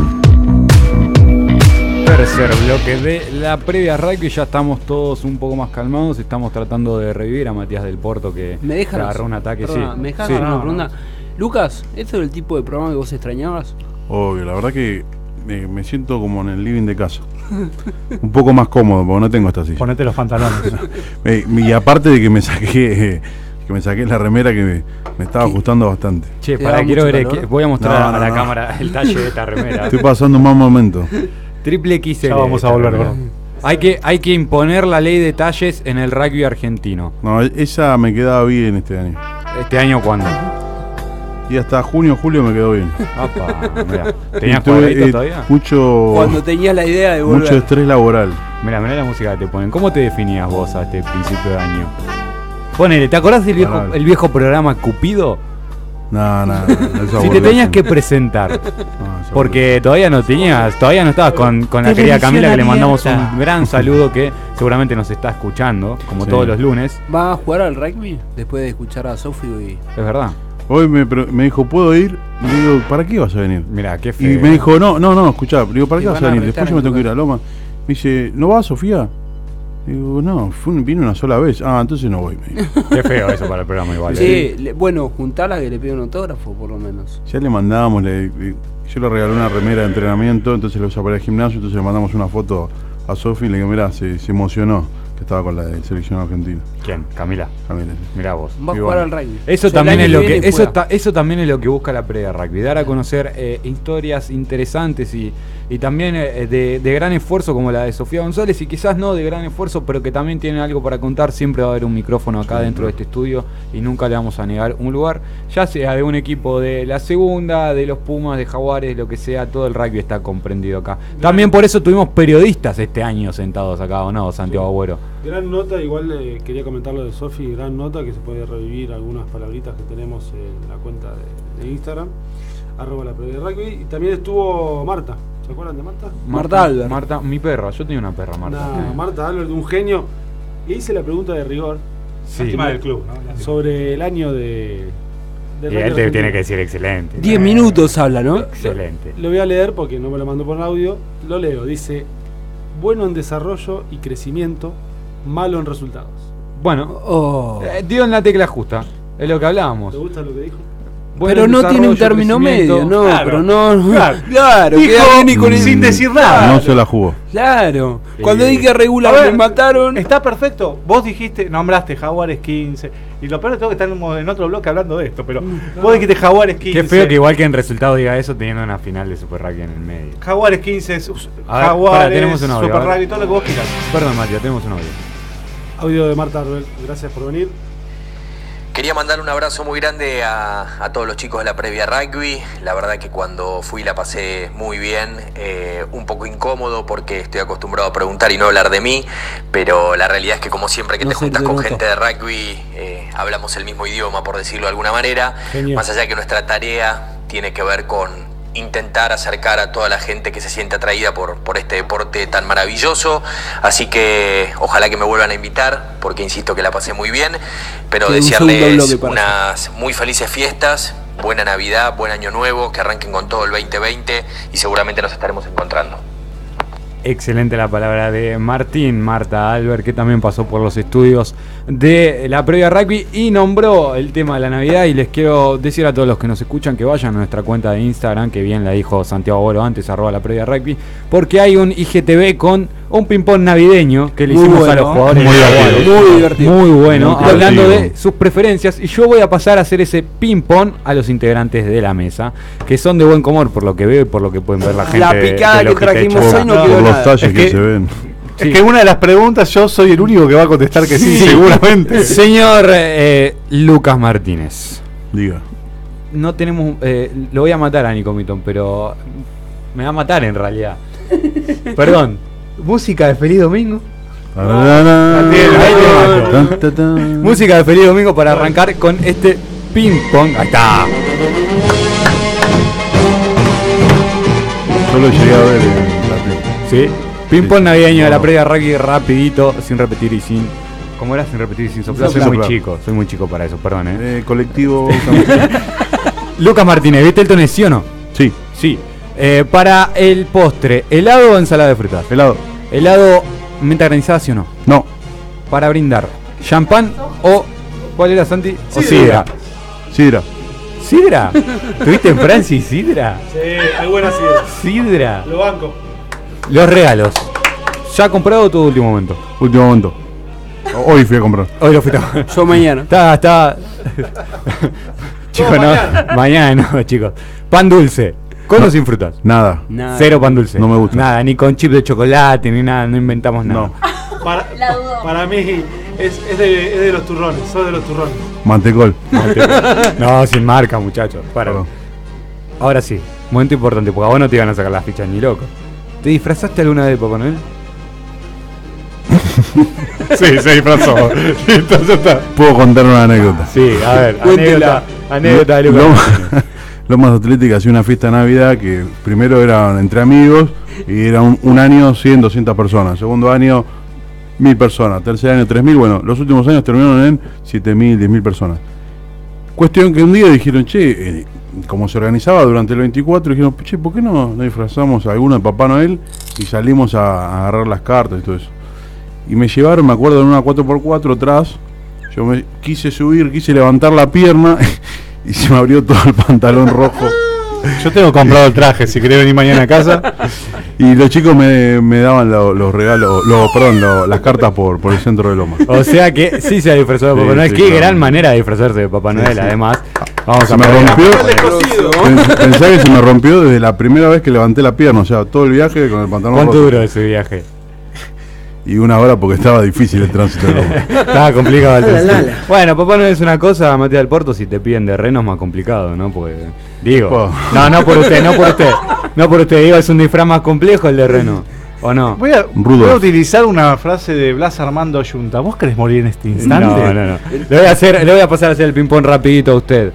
Tercer bloque de La Previa Rugby. Ya estamos todos un poco más calmados. Estamos tratando de revivir a Matías del Porto, que ¿Me dejas? agarró un ataque. Perdona, sí. ¿Me dejas Sí. hacer una No, pregunta? Lucas, ¿esto es el tipo de programa que vos extrañabas? Obvio, la verdad que me, me siento como en el living de casa. Un poco más cómodo, porque no tengo esta silla. Ponete los pantalones. Eh, y aparte de que me saqué eh, que me saqué la remera que me, me estaba ajustando bastante. Che, para, quiero ver, eh, que- voy a mostrar No, a no, la no. cámara el talle de esta remera. Estoy pasando un mal momento. Triple X L. Ya vamos a esta volver, remera. bro. Hay que, hay que imponer la ley de talles en el rugby argentino. No, esa me quedaba bien este año. ¿Este año cuándo? Y hasta junio, julio me quedó bien. Apa, mirá. ¿Tenías Y tuve, cuadradito eh, todavía? Mucho, Cuando tenías la idea de volver. mucho estrés laboral. Mirá, mirá la música que te ponen. ¿Cómo te definías vos a este principio de año? Ponele, ¿te acordás del viejo, Pará. el viejo programa Cupido? No, no, no, esa Si te boludez. tenías que presentar. No, esa Porque todavía no tenías, todavía no estabas con, con la querida Camila, que le mandamos un gran saludo, que seguramente nos está escuchando, como Sí. todos los lunes. ¿Vas a jugar al rugby después de escuchar a Sofi y Es verdad. Hoy me, pre- me dijo, ¿puedo ir? Y le digo, ¿para qué vas a venir? Mirá, qué Y feo. me dijo, no, no, no, escuchá. Le digo, ¿para Te qué vas van a a venir? retar Después yo en me tu tengo que ir a Loma. Me dice, ¿no vas, Sofía? Digo, no, fue un- vine una sola vez. Ah, entonces no voy, me dijo. Qué feo eso para el programa igual. Sí, le- bueno, juntala que le pido un autógrafo por lo menos. Ya le mandábamos, le- le- yo le regalé una remera de entrenamiento, entonces lo usa para el gimnasio, entonces le mandamos una foto a Sofi y le digo, mirá, se, se emocionó que estaba con la de selección argentina. ¿Quién? Camila. Camila. Mirá vos. Va a Y jugar bueno. al rugby. Eso O sea, el también año es lo que que viene eso, juega. ta- eso también es lo que busca la Previa Rugby, dar a conocer eh, historias interesantes y, y también eh, de, de gran esfuerzo como la de Sofía González, y quizás no de gran esfuerzo, pero que también tienen algo para contar. Siempre va a haber un micrófono acá Sí, dentro claro. de este estudio y nunca le vamos a negar un lugar, ya sea de un equipo de la segunda, de los Pumas, de Jaguares, lo que sea. Todo el rugby está comprendido acá. También por eso tuvimos periodistas este año sentados acá, ¿o no, Santiago Agüero? Gran nota, igual eh, quería comentar lo de Sofi, gran nota que se puede revivir algunas palabritas que tenemos en la cuenta de, de Instagram, arroba la previa rugby. Y también estuvo Marta, ¿se acuerdan de Marta? Marta Albert. Marta, mi perra, yo tenía una perra, Marta. Una- Marta Albert, un genio. Le hice la pregunta de rigor Sí. Lástima del club, ¿no? sobre el año de... de Y rugby él te argentino. tiene que decir excelente. Diez minutos habla, ¿no? Excelente. Lo voy a leer porque no me lo mandó por audio. Lo leo, dice: bueno en desarrollo y crecimiento, malo en resultados. Bueno, Oh. eh, dio en la tecla justa. Es lo que hablábamos. ¿Te gusta lo que dijo? Bueno, Pero no tiene un desarrollo, término crecimiento. medio, no, Claro, pero no. claro. Claro, Dijo queda bien y con el- sin decir nada. No se la jugó. Claro. Cuando Eh, dije regular a ver, me mataron. Está perfecto. Vos dijiste, nombraste Jaguares quince. Y lo peor de todo es que estamos en otro bloque hablando de esto. Pero vos dijiste Jaguares quince. Qué feo que igual que en resultado diga eso teniendo una final de Super Rugby en el medio. Jaguares quince, sus- A ver, Jaguares, pará, tenemos un audio, Super a ver. Rugby, todo lo que vos quieras. Perdón, Matías, tenemos un audio. Audio de Marta Arbel, gracias por venir. Quería mandar un abrazo muy grande a, a todos los chicos de la Previa Rugby. La verdad que cuando fui la pasé muy bien, eh, un poco incómodo porque estoy acostumbrado a preguntar y no hablar de mí, pero la realidad es que como siempre que No te se juntas te con nota. gente de rugby, eh, hablamos el mismo idioma, por decirlo de alguna manera. Genial. Más allá de que nuestra tarea tiene que ver con intentar acercar a toda la gente que se siente atraída por, por este deporte tan maravilloso. Así que ojalá que me vuelvan a invitar, porque insisto que la pasé muy bien. Pero Queda un segundo desearles bloque para unas muy felices fiestas, buena Navidad, buen Año Nuevo, que arranquen con todo el veinte veinte y seguramente nos estaremos encontrando. Excelente la palabra de Martín, Marta Albert, que también pasó por los estudios de la Previa Rugby y nombró el tema de la Navidad. Y les quiero decir a todos los que nos escuchan que vayan a nuestra cuenta de Instagram, que bien la dijo Santiago Agüero antes, arroba la Previa Rugby, porque hay un I G T V con un ping-pong navideño que le Muy hicimos bueno, a los jugadores. muy de divertido. Jaguares. Muy divertido. Muy bueno, Muy hablando creativo. de sus preferencias. Y yo voy a pasar a hacer ese ping-pong a los integrantes de la mesa, que son de buen comer por lo que veo y por lo que pueden ver la gente. La de- picada de que Logitech. trajimos Por, hoy no no, quedó por los nada. talles Es que, que- se ven. Sí. Es que una de las preguntas yo soy el único que va a contestar que sí, seguramente. Señor eh, Lucas Martínez, Diga. no tenemos. eh, lo voy a matar a Nico Mitton, pero me va a matar en realidad. Perdón. Música de Feliz Domingo. La tiene, Ahí te mato. Tan, tan, tan. Música de Feliz Domingo para arrancar con este ping pong. Ahí está. Yo lo llegué a ver en la Sí. Ping-pong navideño de la previa rugby rapidito, sin repetir y sin... ¿Cómo era? Sin repetir y sin soplar. Soy Sin muy soplar. chico, soy muy chico para eso, perdón, eh. Eh, colectivo. Lucas Martínez, ¿viste el tono, sí o no? Sí. Sí. Eh, para el postre, ¿helado o ensalada de frutas? Helado. ¿Helado menta granizada, sí o no? No. Para brindar, ¿champán o... ¿Cuál era, Santi? O Sidra. sidra. Sidra. ¿Sidra? ¿Tuviste en Francia y sidra? Sí, hay buena sidra. Sidra. Lo banco. Los regalos. ¿Ya ha comprado tu último momento? Último momento. Hoy fui a comprar. Hoy lo fui a comprar. Yo mañana. Está, está. Chicos, no. mañana. Mañana no, chicos. Pan dulce. ¿Con o sin frutas? Nada. Nada. Cero pan dulce. No me gusta. Nada, ni con chip de chocolate, ni nada, no inventamos nada. No. Para, para mí es, es, de, es de los turrones, soy de los turrones. Mantecol. No, sin marca, muchachos. Para. Perdón. Ahora sí, momento importante, porque a vos no te iban a sacar las fichas ni loco. ¿Te disfrazaste alguna vez de Papá Noel? Sí, se disfrazó. Entonces está. Puedo contar una anécdota. Sí, a ver, Cuéntela. anécdota, anécdota de Lucas. Loma- Lomas Atlética hacía una fiesta de Navidad que primero eran entre amigos y era un, un año cien, doscientas personas. Segundo año mil personas. Tercer año tres mil. Bueno, los últimos años terminaron en siete mil, diez mil personas. Cuestión que un día dijeron, che, eh, como se organizaba durante el veinticuatro, dijeron, che, ¿por qué no, no disfrazamos a alguno de Papá Noel y salimos a, a agarrar las cartas y todo eso? Y me llevaron, me acuerdo, en una cuatro por cuatro atrás. Yo me quise subir, quise levantar la pierna y se me abrió todo el pantalón rojo. Yo tengo comprado el traje, si querés venir mañana a casa. Y los chicos me, me daban lo- los regalos, lo, perdón, lo- las cartas por, por el centro de Loma. O sea que sí se ha disfrazado de Sí, Papá Noel. sí, Qué claro. gran manera de disfrazarse de Papá Sí, Noel, sí. además. Vamos Se a me poner- rompió. Cocido. Pens- Pensá que se me rompió desde la primera vez que levanté la pierna, o sea, todo el viaje con el pantalón ¿Cuánto roto. duró ese viaje? Y una hora porque estaba difícil el tránsito de Loma. Estaba complicado el La, la, tránsito. la. Bueno, Papá Noel es una cosa, Matías del Porto, si te piden de reno es más complicado, ¿no? Porque, digo, Oh. no, no por usted, no por usted, no por usted, digo, es un disfraz más complejo el de reno, ¿o no? Voy a, Rudolf. voy a utilizar una frase de Blas Armando Ayunta. ¿Vos querés morir en este instante? No, no, no. Le voy a hacer, le voy a pasar a hacer el ping-pong rapidito a usted.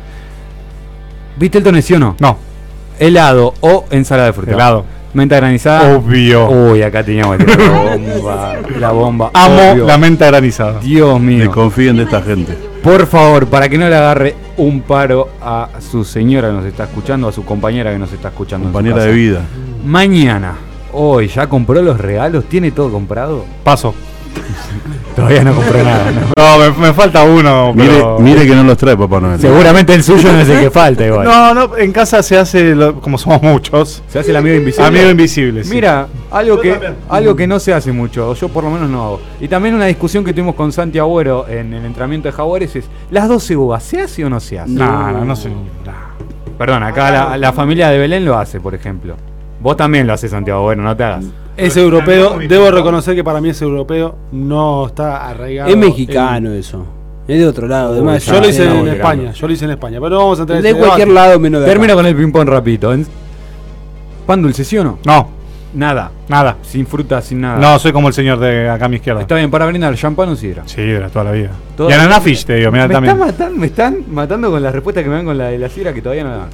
¿Viste el tono, sí o no? No, ¿Helado o ensalada de fruta? helado. ¿Menta granizada? Obvio. Uy, acá teníamos la bomba. La bomba. Amo obvio. la menta granizada. Dios mío. Desconfíen de esta gente. Por favor, para que no le agarre un paro a su señora que nos está escuchando, a su compañera que nos está escuchando. en su Compañera casa. de vida. Mañana. Hoy, ¿ya compró los regalos? ¿Tiene todo comprado? Paso. Todavía no compró nada, ¿no? No, me, me falta uno. Mire, pero- mire que no los trae Papá Noel. Seguramente el suyo no es el que falta igual. No, no, en casa se hace, lo- como somos muchos, Se hace el amigo invisible. amigo invisible. sí. Mira, algo Yo que también. algo que no se hace mucho, o yo por lo menos no hago. Y también una discusión que tuvimos con Santi Agüero en el entrenamiento de Jaguares es, ¿las doce uvas se hace o no se hace? No, no, no sé. Perdón, acá la, la familia de Belén lo hace, por ejemplo. Vos también lo haces, Santiago, bueno, no te hagas. Es europeo, debo reconocer que para mí es europeo, no está arraigado. Es mexicano eso. Es de otro lado. Además, Yo lo hice Ah, en muy España, grande. yo lo hice en España, pero no vamos a entrar en de ese cualquier debate. lado menos de acá. Termino con el ping-pong rapidito. ¿En- ¿Pan dulce, sí o no? No, Nada. nada. Sin fruta, sin nada. No, soy como el señor de acá a mi izquierda. Está bien, para brindar, ¿champán o sidra? Sí, de toda la vida. Toda y la- Anana Fish, te digo, mira Me, también. están matando, me están matando con las respuestas que me dan con la de la sidra que todavía no dan.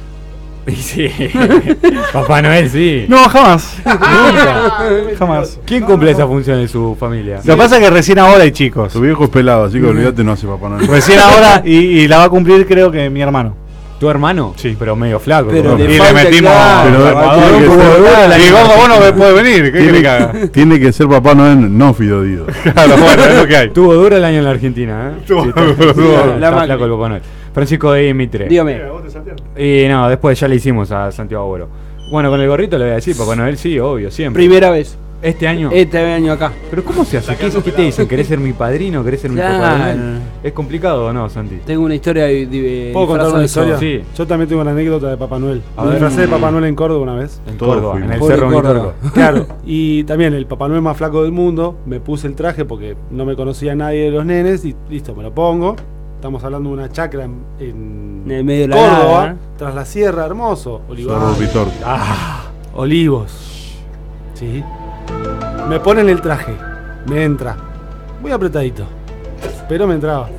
Y sí, Papá Noel sí. No, jamás. Nunca. Jamás. ¿Quién cumple esa función en su familia? Lo que pasa es que recién ahora hay chicos. Su viejo es pelado, así que olvídate, no hace Papá Noel. Recién ahora y, y la va a cumplir creo que mi hermano. ¿Tu hermano? Sí. Pero medio flaco. Pero ¿no? le Y le falta metimos. claro, Pero- Salvador, tiene que como ser- dura la- y vos, vos no me puede venir, ¿qué querés que haga? Tiene, tiene que ser Papá Noel, no Fidodido. Claro, bueno, es lo que hay. Tuvo duro el año en la Argentina, ¿eh? Tuvo Sí, está- duro, tuvo está- duro. está La flaco máquina. el Papá Noel. Francisco de Mitre. Dígame. Y no, después ya le hicimos a Santiago Agüero. Bueno, con el gorrito le voy a decir, Papá Noel sí, obvio, siempre. Primera vez. Este año. Este año acá. Pero ¿cómo se hace? ¿Qué, qué te dicen? ¿Querés ser mi padrino? ¿Querés ser mi Claro. Papá Noel? ¿Es complicado o no, Santi? Tengo una historia de, de ¿Puedo contar una historia? Sí. Yo también tengo una anécdota de Papá Noel. A Me ver. disfracé de Papá Noel en Córdoba una vez. En Todos Córdoba, en fuimos. el Pobre Cerro Córdoba. Mitorco. Claro, y también el Papá Noel más flaco del mundo, me puse el traje porque no me conocía nadie de los nenes y listo, me lo pongo. Estamos hablando de una chacra en, en En el medio de la Córdoba, nada. tras la sierra, hermoso, Zorro olivos. Vitor. Ah, olivos. Sí. Me ponen el traje, me entra. Muy apretadito, pero me entraba.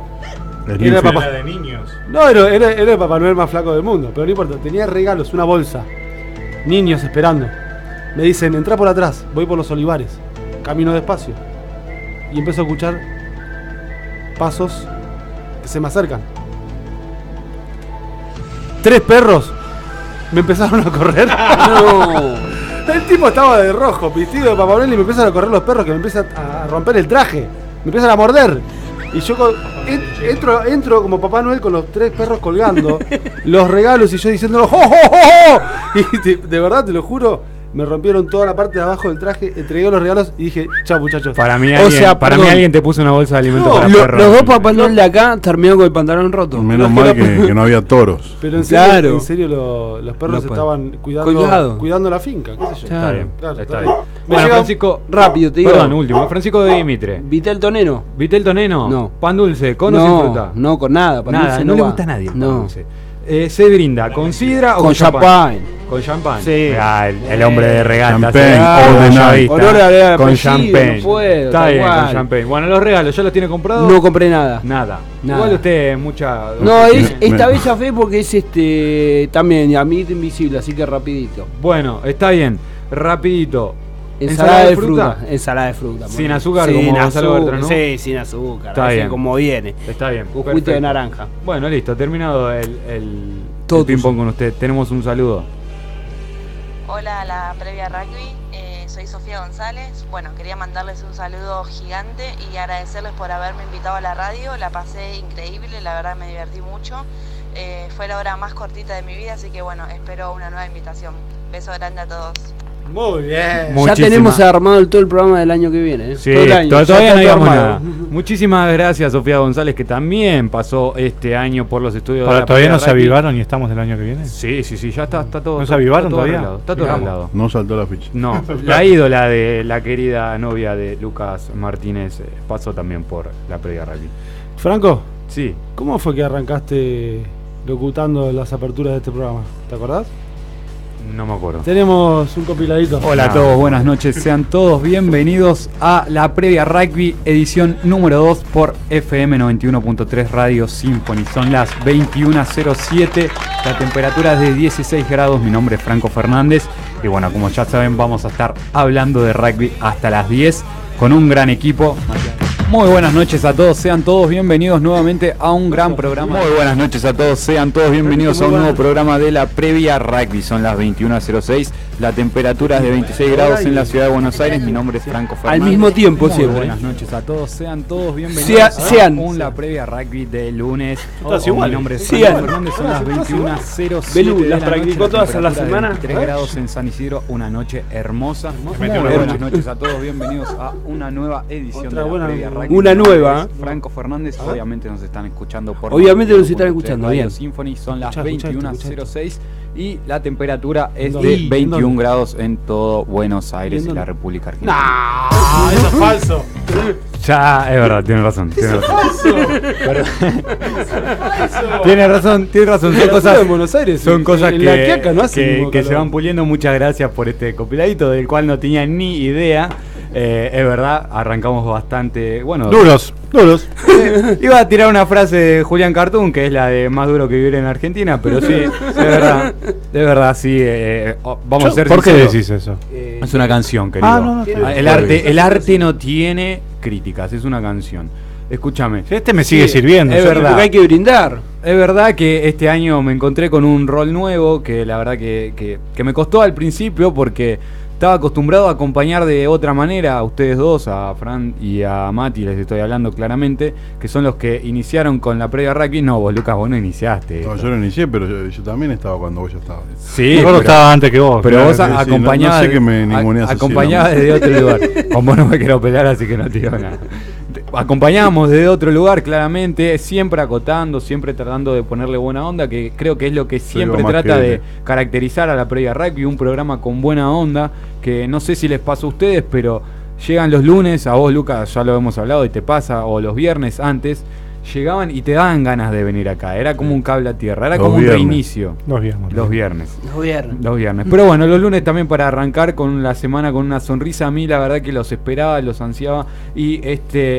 El Era Infi- papá. de niños. No, era, era, era el Papá Noel más flaco del mundo, pero no importa, tenía regalos, una bolsa, niños esperando. me dicen, entra por atrás, voy por los olivares, camino despacio. Y empiezo a escuchar pasos que se me acercan. Tres perros me empezaron a correr. No. El tipo estaba de rojo, vestido de Papá Noel, y me empiezan a correr los perros que me empiezan a romper el traje. Me empiezan a morder. Y yo con- en- entro, entro como Papá Noel con los tres perros colgando, los regalos y yo diciéndolo, ¡oh, oh, oh, oh! Y de, de verdad, te lo juro, me rompieron toda la parte de abajo del traje, entregué los regalos y dije, chao muchachos. Para mí, O alguien, sea, para mí perdón. alguien te puso una bolsa de alimentos No, para Lo- perros. los dos Papá Noel de acá terminaron con el pantalón roto. Menos No, mal pero- que, que no había toros. Pero en serio, Claro. en serio lo- los perros No puede. estaban cuidando, Cuidado. cuidando la finca, qué sé yo. Claro. Está bien, Claro, está está bien. bien. Me Bueno, llega- Francisco, Rápido, te digo. perdón, último. Francisco de Dimitre. Vitel Toneno. ¿Vitel Toneno? No. ¿Pan dulce? ¿Con o no, sin fruta? no, con nada. Para Nada, mí no, se le va. gusta a nadie el pan No. dulce. Eh, ¿Se brinda con sidra o Con con champán? champán. Con champán. Sí. Ah, el, el hombre de regata. Champagne, sí. all the Ya night. viste. Olor a- a Con apellido, champagne. no puedo, Está tal bien, cual. con champagne. Bueno, los regalos, ¿ya los tiene comprados? No compré nada. Nada. Nada. Igual usted es mucha... No, es, Me- esta me- vez ya fe porque es este también amiguito invisible, así que rapidito. Bueno, está bien. Rapidito. Ensalada de fruta? Ensalada de fruta. Sin bueno. azúcar, Sin como Gonzalo azúcar, Bertrand, ¿no? Sí, sin azúcar. Está así bien. como viene. Está bien. Un juguito perfecto. de naranja. Bueno, listo. Terminado el, el, Todo el ping-pong tuyo. con usted. Tenemos un saludo. Hola a la previa rugby, eh, soy Sofía González. Bueno, quería mandarles un saludo gigante y agradecerles por haberme invitado a la radio. La pasé increíble, la verdad me divertí mucho. Eh, fue la hora más cortita de mi vida, así que bueno, espero una nueva invitación. Beso grande a todos. Muy bien. Ya Muchísimas- tenemos armado el- todo el programa del año que viene. ¿eh? Sí, Todo el año, to- ya todavía está no todo digamos armado. nada. Muchísimas gracias, Sofía González, que también pasó este año por los estudios Para- de la ¿Todavía no Previa se Rugby. avivaron y estamos del año que viene? Sí, sí, sí, ya está, está todo. ¿No se avivaron está todo todavía? arreglado, Está todo Vamos. arreglado. No saltó la ficha. No, la ídola de la querida novia de Lucas Martínez eh, pasó también por la Previa Rugby. Franco, Sí, ¿cómo fue que arrancaste locutando las aperturas de este programa? ¿Te acordás? no me acuerdo. Tenemos un compiladito. Hola a todos, buenas noches, sean todos bienvenidos a la Previa Rugby edición número dos por F M noventa y uno punto tres Radio Symphony. Son las veintiuna cero siete, la temperatura es de dieciséis grados, mi nombre es Franco Fernández y bueno, como ya saben vamos a estar hablando de rugby hasta las diez con un gran equipo. Muy buenas noches a todos, sean todos bienvenidos nuevamente a un gran programa. Muy buenas noches a todos, sean todos bienvenidos a un nuevo programa de la Previa Rugby. Son las veintiuna cero seis, la temperatura es de veintiséis grados en la ciudad de Buenos Aires. Mi nombre es Franco Fernández. Al mismo tiempo Muy siempre. buenas noches a todos, sean todos bienvenidos Sea- a sean. un La Previa Rugby de lunes. Todas Oh, iguales. Mi nombre es Sean. Franco Fernández, son las veintiuna cero siete Belú, de ¿las la noche, practicó todas en la temperatura de semana? veintitrés ¿Eh? grados en San Isidro, una noche hermosa. Muy metió una buenas noche. noches a todos, bienvenidos a una nueva edición Otra de la buena- Previa Rugby. Una Mi nombre nueva, es Franco Fernández, obviamente nos están escuchando por Obviamente nos están noventa y uno punto tres escuchando, Radio bien. Symphony, son las Escuchá, escuchá, veintiuna escuchá. cero seis y la temperatura es ¿En de dónde? ¿En veintiún dónde? grados en todo Buenos Aires ¿En y dónde? la República Argentina. ¡Ah! Eso es falso. Ya, es verdad, tiene razón. Tiene razón. Tiene razón, tiene razón. Son Pero cosas, en Buenos Aires, son en- cosas en que, La Quiaca no hace que, mismo que calor. se van puliendo. Muchas gracias por este compiladito del cual no tenía ni idea. Eh, es verdad, arrancamos bastante. Bueno, Duros, duros. Eh, iba a tirar una frase de Julián Cartoon, que es la de más duro que vivir en Argentina, pero sí, de verdad, de verdad, sí. eh, oh, vamos Yo- a ser ¿Por qué sinceros. decís eso? Es una canción, querido. Ah, no, no, está el, bien. arte, el arte no tiene críticas, es una canción. Escúchame. Este me sigue Sí, sirviendo. es Yo- verdad. Porque hay que brindar. Es verdad que este año me encontré con un rol nuevo que la verdad que, que, que me costó al principio porque estaba acostumbrado a acompañar de otra manera a ustedes dos, a Fran y a Mati, les estoy hablando claramente, que son los que iniciaron con la Previa Rugby. No, vos Lucas, vos no iniciaste. No, yo lo inicié, pero yo, yo también estaba cuando vos ya estabas. Sí, Yo pero- estaba antes que vos. Pero claro. vos sí, sí, no- acompañabas, no sé que me a- ninguneás así, acompañabas ¿no? desde otro lugar. Con vos no me quiero pelear, así que no te digo nada. Acompañábamos desde otro lugar, claramente, siempre acotando, siempre tratando de ponerle buena onda, que creo que es lo que siempre más trata que de él. caracterizar a la Previa Rugby, un programa con buena onda, que no sé si les pasa a ustedes, pero llegan los lunes, a vos Lucas ya lo hemos hablado y te pasa, o los viernes antes, llegaban y te daban ganas de venir acá, era como un cable a tierra, era Los como un viernes. reinicio. Los viernes. Los viernes. Los viernes. Los viernes. Pero bueno, los lunes también para arrancar con la semana con una sonrisa. A mí la verdad que los esperaba, los ansiaba. Y este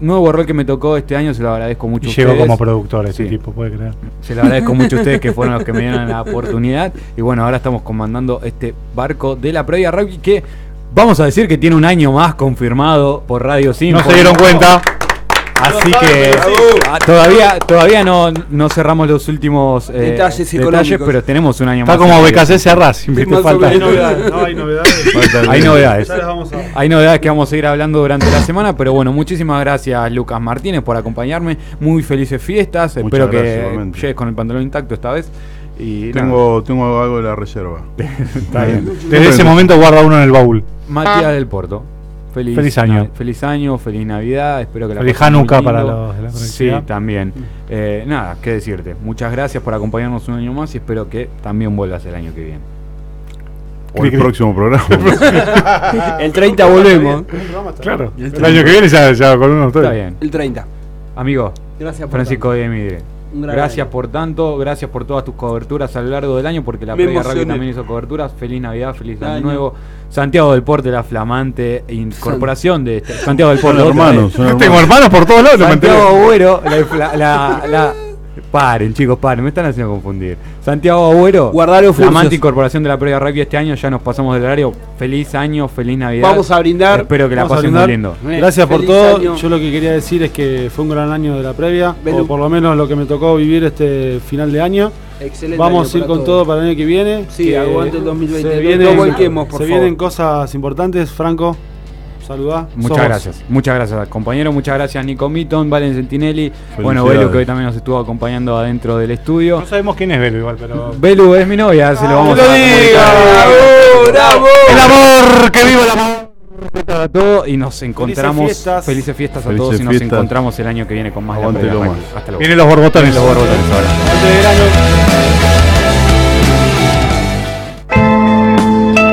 nuevo rol que me tocó este año, se lo agradezco mucho a Llegó ustedes. como productor este Sí. tipo, puede creer. Se lo agradezco mucho a ustedes que fueron los que me dieron la oportunidad. Y bueno, ahora estamos comandando este barco de la previa rugby que vamos a decir que tiene un año más confirmado por Radio Sinfo. No se dieron cuenta. Así que ah, todavía todavía no, no cerramos los últimos eh, Detalles detalles, económicos. pero tenemos un año Está más. como en B K C Radio Serraz, Sinfo. siempre te falta. Hay novedades, no, hay novedades. Hay novedades. Ya las vamos a- Hay novedades que vamos a ir hablando durante la semana, pero bueno, muchísimas gracias Lucas Martínez por acompañarme. Muy felices fiestas. Muchas Espero gracias, que igualmente. llegues con el pantalón intacto esta vez. Y nada. Tengo, tengo algo de la reserva. Está bien. Desde ese momento guarda uno en el baúl. Matías del Porto. Feliz, Feliz año. na- feliz año, feliz Navidad. Espero que la Feliz pasen muy Hanukkah lindo. para los de la Sí, conectividad. también. Eh, nada, qué decirte. Muchas gracias por acompañarnos un año más y espero que también vuelvas el año que viene. O el próximo programa. El treinta volvemos. Claro. El El treinta. año que viene ya, ya con uno estoy. Está bien. El treinta. Amigo, Gracias por Francisco de Emide. Un gran Gracias año. por tanto, gracias por todas tus coberturas a lo largo del año, porque la Me Previa Radio emocioné. también hizo coberturas. Feliz Navidad, feliz año Año. nuevo. Santiago del Porte, la flamante incorporación de este- Santiago del Son Porte. otra hermanos, vez. son Tengo hermanos por todos lados, no me enteré. Santiago Agüero, la, la, la- paren chicos, paren, me están haciendo confundir. Santiago Agüero, Guardalo, flamante Furcios. incorporación de la Previa Rugby este año, ya nos pasamos del horario. Feliz año, feliz Navidad. Vamos a brindar. Espero que la Vamos a pasen muy brindar. lindo. Eh, Gracias por feliz todo. año. Yo lo que quería decir es que fue un gran año de la previa, Belu. o por lo menos lo que me tocó vivir este final de año. Excelente. Vamos año a ir para con todos. todo para el año que viene. Sí, que aguante el dos mil veinte. Se No- vienen, no volquemos, por se favor. vienen cosas importantes. Franco, saludá. Muchas Sos- gracias, muchas gracias compañero, muchas gracias Nico Mitton, Valen Sentinelli, bueno Felicidades. Belu que hoy también nos estuvo acompañando adentro del estudio. No sabemos quién es Belu igual, pero. Belu es mi novia, se lo vamos no a diga. comunicar. ¡Bravo! ¡El amor! ¡Que viva el amor! A todos y nos encontramos fiestas. felices fiestas a Felices todos y nos fiestas. encontramos el año que viene con más de la Aguante Previa Lomas. Rugby. Hasta luego. Vienen los borbotones. Vienen los borbotones ahora. Antes del año.